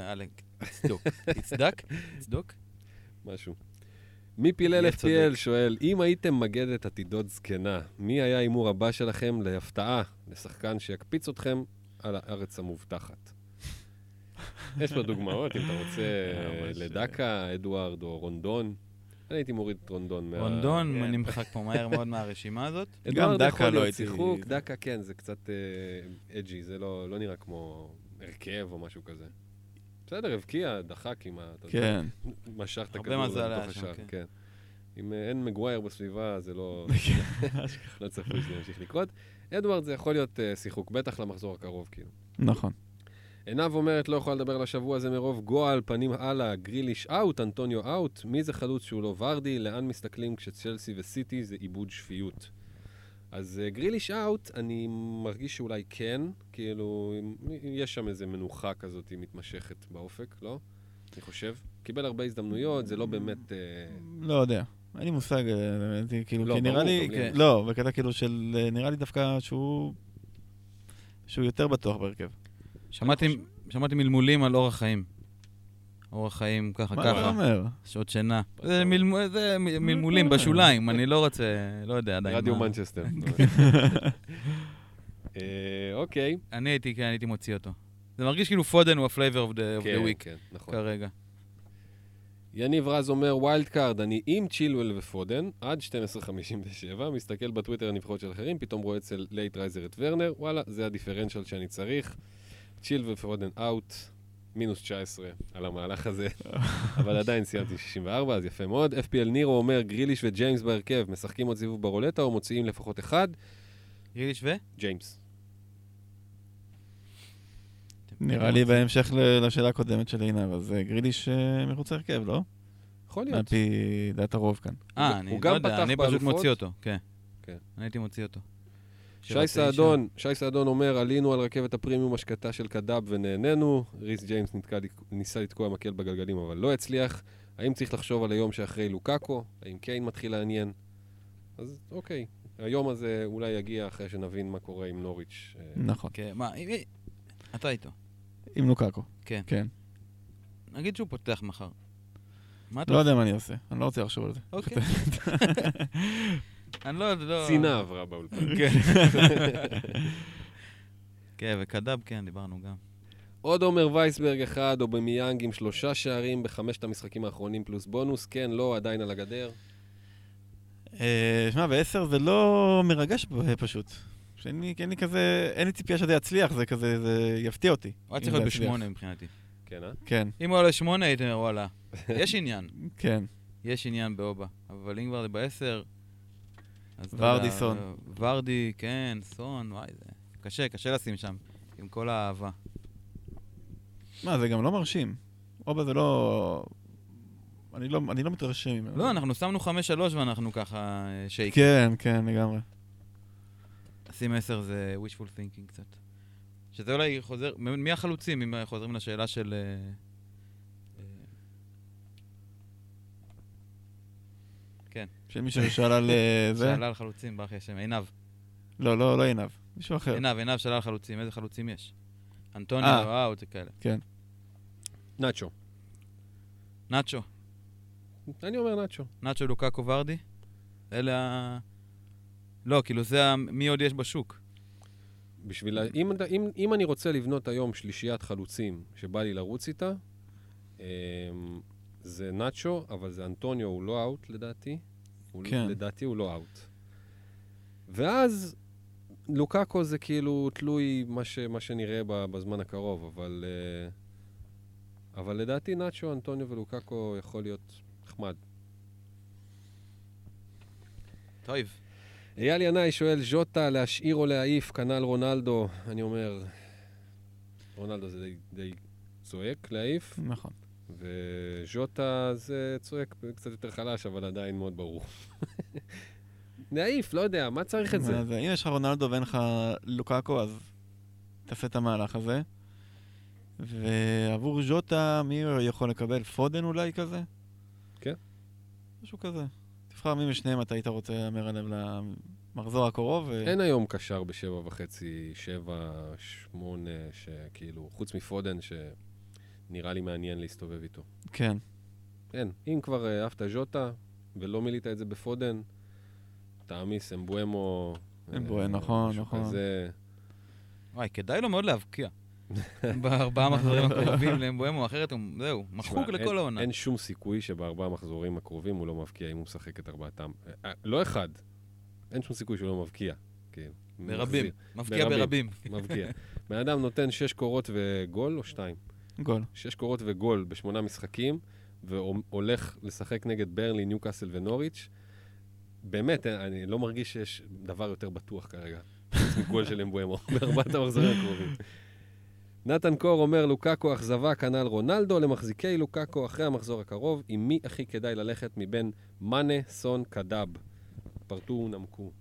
תצדוק?
משהו. מי פילל FPL שואל, אם הייתם מגדת עתידות זקנה, מי היה האימור הבא שלכם להפתעה, לשחקן שיקפיץ אתכם על הארץ המובטחת? יש פה דוגמאות, אם אתה רוצה, לדקה, אדוארד או רונדון. אני הייתי מוריד את רונדון.
רונדון נמחק פה מהר מאוד מהרשימה הזאת.
גם דקה לא הייתי...
דקה כן, זה קצת אג'י, זה לא נראה כמו הרכב או משהו כזה. בסדר, הבקיע, דחק עם ה...
כן.
משך את הכדור לתוך השאר, כן. אם אין מגווייר בסביבה, זה לא צפוי שזה ימשיך לקרות. אדוארד זה יכול להיות שיחוק, בטח למחזור הקרוב, כאילו.
נכון.
עיניו אומרת, לא יכולה לדבר על השבוע הזה מרוב גועל, פנים הלאה, גריליש אאוט, אנטוניו אאוט, מי זה חלוץ שהוא לא ורדי, לאן מסתכלים כשצ'לסי וסיטי זה איבוד שפיות. אז גריליש אאוט, אני מרגיש שאולי כן, כאילו, יש שם איזה מנוחה כזאת מתמשכת באופק, לא? אני חושב. קיבל הרבה הזדמנויות, זה לא באמת...
לא יודע. אין לי מושג, כאילו, כי נראה לי... לא, בקטע כאילו של... נראה לי דווקא שהוא יותר בטוח בהרכב.
שמעתי מלמולים על אורח חיים. אורח חיים ככה.
מה אתה אומר?
שעות שינה. זה מלמולים בשוליים, אני לא רוצה, לא יודע עדיין.
רדיו מנצ'סטר. אוקיי.
אני הייתי מוציא אותו. זה מרגיש כאילו פודן הוא ה-flavor of the week כרגע.
יניב רז אומר, ווילד קארד, אני עם צ'ילואל ופודן, עד 12:57, מסתכל בטוויטר הנבחרות של אחרים, פתאום רואה אצל לייט רייזר את ורנר, וואלה, זה הדיפרנציאל שאני צריך. צ'יל ופודן אאוט, -19 על המהלך הזה, אבל עדיין סיימתי 64, אז יפה מאוד. FPL נירו אומר, גריליש וג'יימס בהרכב, משחקים עוד סיבוב ברולטה או מוציאים לפחות אחד?
גריליש
ג'יימס.
נראה לי בהמשך לשאלה הקודמת של עינה, אז גריליש מחוץ להרכב, לא?
יכול להיות.
על פי דעת הרוב כאן.
אני לא יודע, אני פשוט מוציא אותו, כן. אני הייתי מוציא אותו.
שי סעדון אומר, עלינו על רכבת הפרימיום השקטה של קדאב ונהנינו. ריס ג'יימס ניסה לתקוע מקל בגלגלים, אבל לא הצליח. האם צריך לחשוב על היום שאחרי לוקאקו? האם קיין מתחיל לעניין? אז אוקיי, היום הזה אולי יגיע אחרי שנבין מה קורה עם נוריץ'.
נכון.
מה, אתה איתו.
עם לוקאקו.
כן.
כן.
נגיד שהוא פותח מחר.
לא יודע מה אני עושה, אני לא רוצה לחשוב על זה.
אוקיי. אני לא...
צינה עברה באולפן.
כן. כן, וקדאב, כן, דיברנו גם.
עוד עומר וייסברג אחד, או במיאנג עם 3 שערים ב5 המשחקים האחרונים פלוס בונוס. כן, לא, עדיין על הגדר.
שמע, ב10 זה לא מרגש פשוט. אין לי כזה, אין לי ציפייה שזה יצליח, זה כזה, זה יפתיע אותי.
הוא היה צריך להיות ב8 מבחינתי.
כן, אה?
כן.
אם הוא עולה 8, הייתי אומר, וואלה, יש עניין.
כן.
יש עניין באובה. אבל אם כבר זה ב10...
ורדי, סון.
ורדי, כן, סון, וואי, זה קשה לשים שם, עם כל האהבה.
מה, זה גם לא מרשים. אובה זה לא... אני לא מתרשם ממנו.
לא, אנחנו שמנו 5-3 ואנחנו ככה שייק.
כן, כן, לגמרי.
לשים 10 זה wishful thinking קצת. שזה אולי חוזר... מי החלוצים, אם חוזרים לשאלה של... כן.
שמישהו שאל על זה?
שאלה על חלוצים, ברח השם. עינב.
לא עינב. מישהו אחר.
עינב שאלה על חלוצים. איזה חלוצים יש? אנטוניו, זה כאלה.
כן.
נאצ'ו.
אני אומר נאצ'ו.
נאצ'ו, לוקאקו, ורדי? אלה לא, כאילו זה מי עוד יש בשוק.
אם אני רוצה לבנות היום שלישיית חלוצים שבא לי לרוץ איתה, זה נאצ'ו, אבל זה אנטוניו, הוא לא אאוט לדעתי.
כן.
לדעתי הוא לא אאוט. ואז לוקאקו זה כאילו תלוי מה שנראה בזמן הקרוב, אבל לדעתי נאצ'ו, אנטוניו ולוקאקו יכול להיות נחמד.
טוב.
אייל ינאי שואל, ז'וטה להשאיר או להעיף, כנ"ל רונלדו. אני אומר, רונלדו זה די צועק להעיף.
נכון.
וז'וטה זה צועק קצת יותר חלש, אבל עדיין מאוד ברור. להעיף, לא יודע, מה צריך את זה?
אם יש לך רונלדו ואין לך לוקאקו, אז תעשה את המהלך הזה. ועבור ז'וטה, מי יכול לקבל? פודן אולי כזה?
כן.
משהו כזה. תבחר מי משניהם אתה היית רוצה להמר עליו למחזור הקרוב.
אין היום קשר ב7.5, 7, 8, שכאילו, חוץ מפודן שנראה לי מעניין להסתובב איתו.
כן.
אין. אם כבר אהבת ז'וטה ולא מילית את זה בפודן, תעמיס אמבואמו.
נכון.
וואי, כדאי לו מאוד להבקיע. בארבעה מחזורים הקרובים לאמבואמו, אחרת זהו, מחוק לכל העונה.
אין שום סיכוי שבארבעה מחזורים הקרובים הוא לא מבקיע אם הוא משחק את ארבעתם. לא אחד. אין שום סיכוי שהוא לא מבקיע.
ברבים. מבקיע ברבים.
מבקיע. בן אדם נותן 6 קורות וגול או 2?
גול.
6 קורות וגול ב8 משחקים, והולך לשחק נגד ברנלי, ניוקאסל ונוריץ'. באמת, אני לא מרגיש שיש דבר יותר בטוח כרגע. גול של אמבואמו בארבעת המחזורים הקרובים. נתן קור אומר, לוקאקו אכזבה, כנ"ל רונלדו, למחזיקי לוקאקו אחרי המחזור הקרוב, עם מי הכי כדאי ללכת מבין מאנה, סון, קדאב. פרטו ונמקו.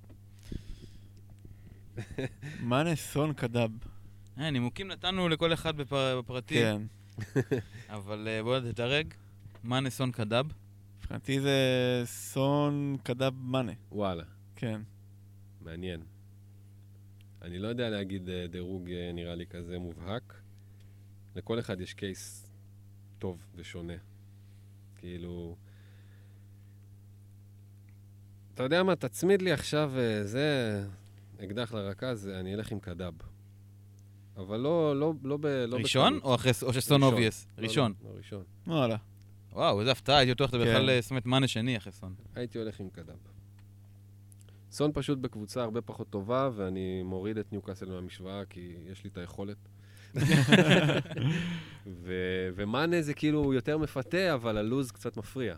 מאנה, סון, קדאב.
נימוקים נתנו לכל אחד בפרטי.
כן.
אבל בואו תדרג. מאנה, סון, קדאב.
מבחינתי זה סון, קדאב, מאנה.
וואלה.
כן.
מעניין. אני לא יודע להגיד דירוג נראה לי כזה מובהק. לכל אחד יש קייס טוב ושונה. כאילו... אתה יודע מה, תצמיד לי עכשיו זה... אקדח לרכז, אני אלך עם קדאב. אבל לא
ראשון או שסון אובייס? ראשון.
לא, ראשון.
וואלה.
וואו, איזה הפתעה, הייתי בטוח, אתה בכלל שמת מאנה שני אחרי סון.
הייתי הולך עם קדאב. סון פשוט בקבוצה הרבה פחות טובה, ואני מוריד את ניוקאסל מהמשוואה, כי יש לי את היכולת. ומאנה זה כאילו יותר מפתה, אבל הלוז קצת מפריע.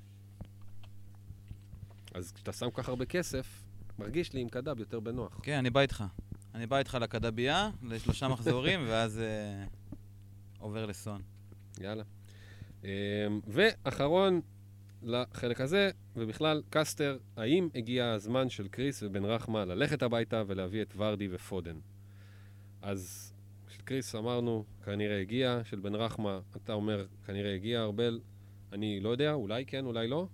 אז כשאתה שם כך הרבה כסף, מרגיש לי עם קדאב יותר בנוח.
כן, אני בא איתך. אני בא איתך לקדאבייה, ל3 מחזורים, ואז עובר לסון.
יאללה. ואחרון, לחלק הזה, ובכלל, קסטר, האם הגיע הזמן של קריס ובן רחמה ללכת הביתה ולהביא את ורדי ופודן? אז של קריס אמרנו, כנראה הגיע, של בן רחמה, אתה אומר, כנראה הגיע, ארבל, אני לא יודע, אולי כן, אולי לא.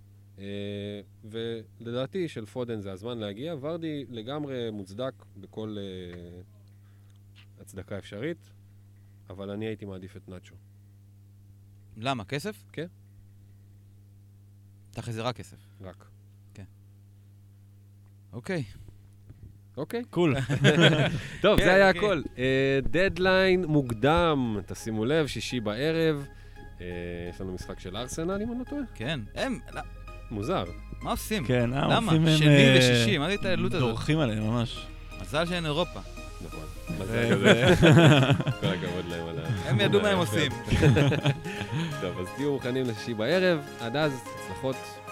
ולדעתי של פודן זה הזמן להגיע. ורדי לגמרי מוצדק בכל הצדקה אפשרית, אבל אני הייתי מעדיף את נאצ'ו.
למה? כסף?
כן.
תכף זה רק כסף.
רק.
כן. אוקיי.
אוקיי.
קול.
טוב, זה היה הכל. דדליין מוקדם, תשימו לב, 6 בערב. יש לנו משחק של ארסנל, אם אני לא טועה.
כן.
מוזר.
מה עושים?
כן,
למה? שני ושישי, מה זה התעלות הזאת?
דורכים עליהם ממש.
מזל שאין אירופה.
נכון. מזל כזה. כל הכבוד להם על ה...
הם ידעו מה הם עושים.
טוב, אז תהיו מוכנים ל6 בערב. עד אז, הצלחות.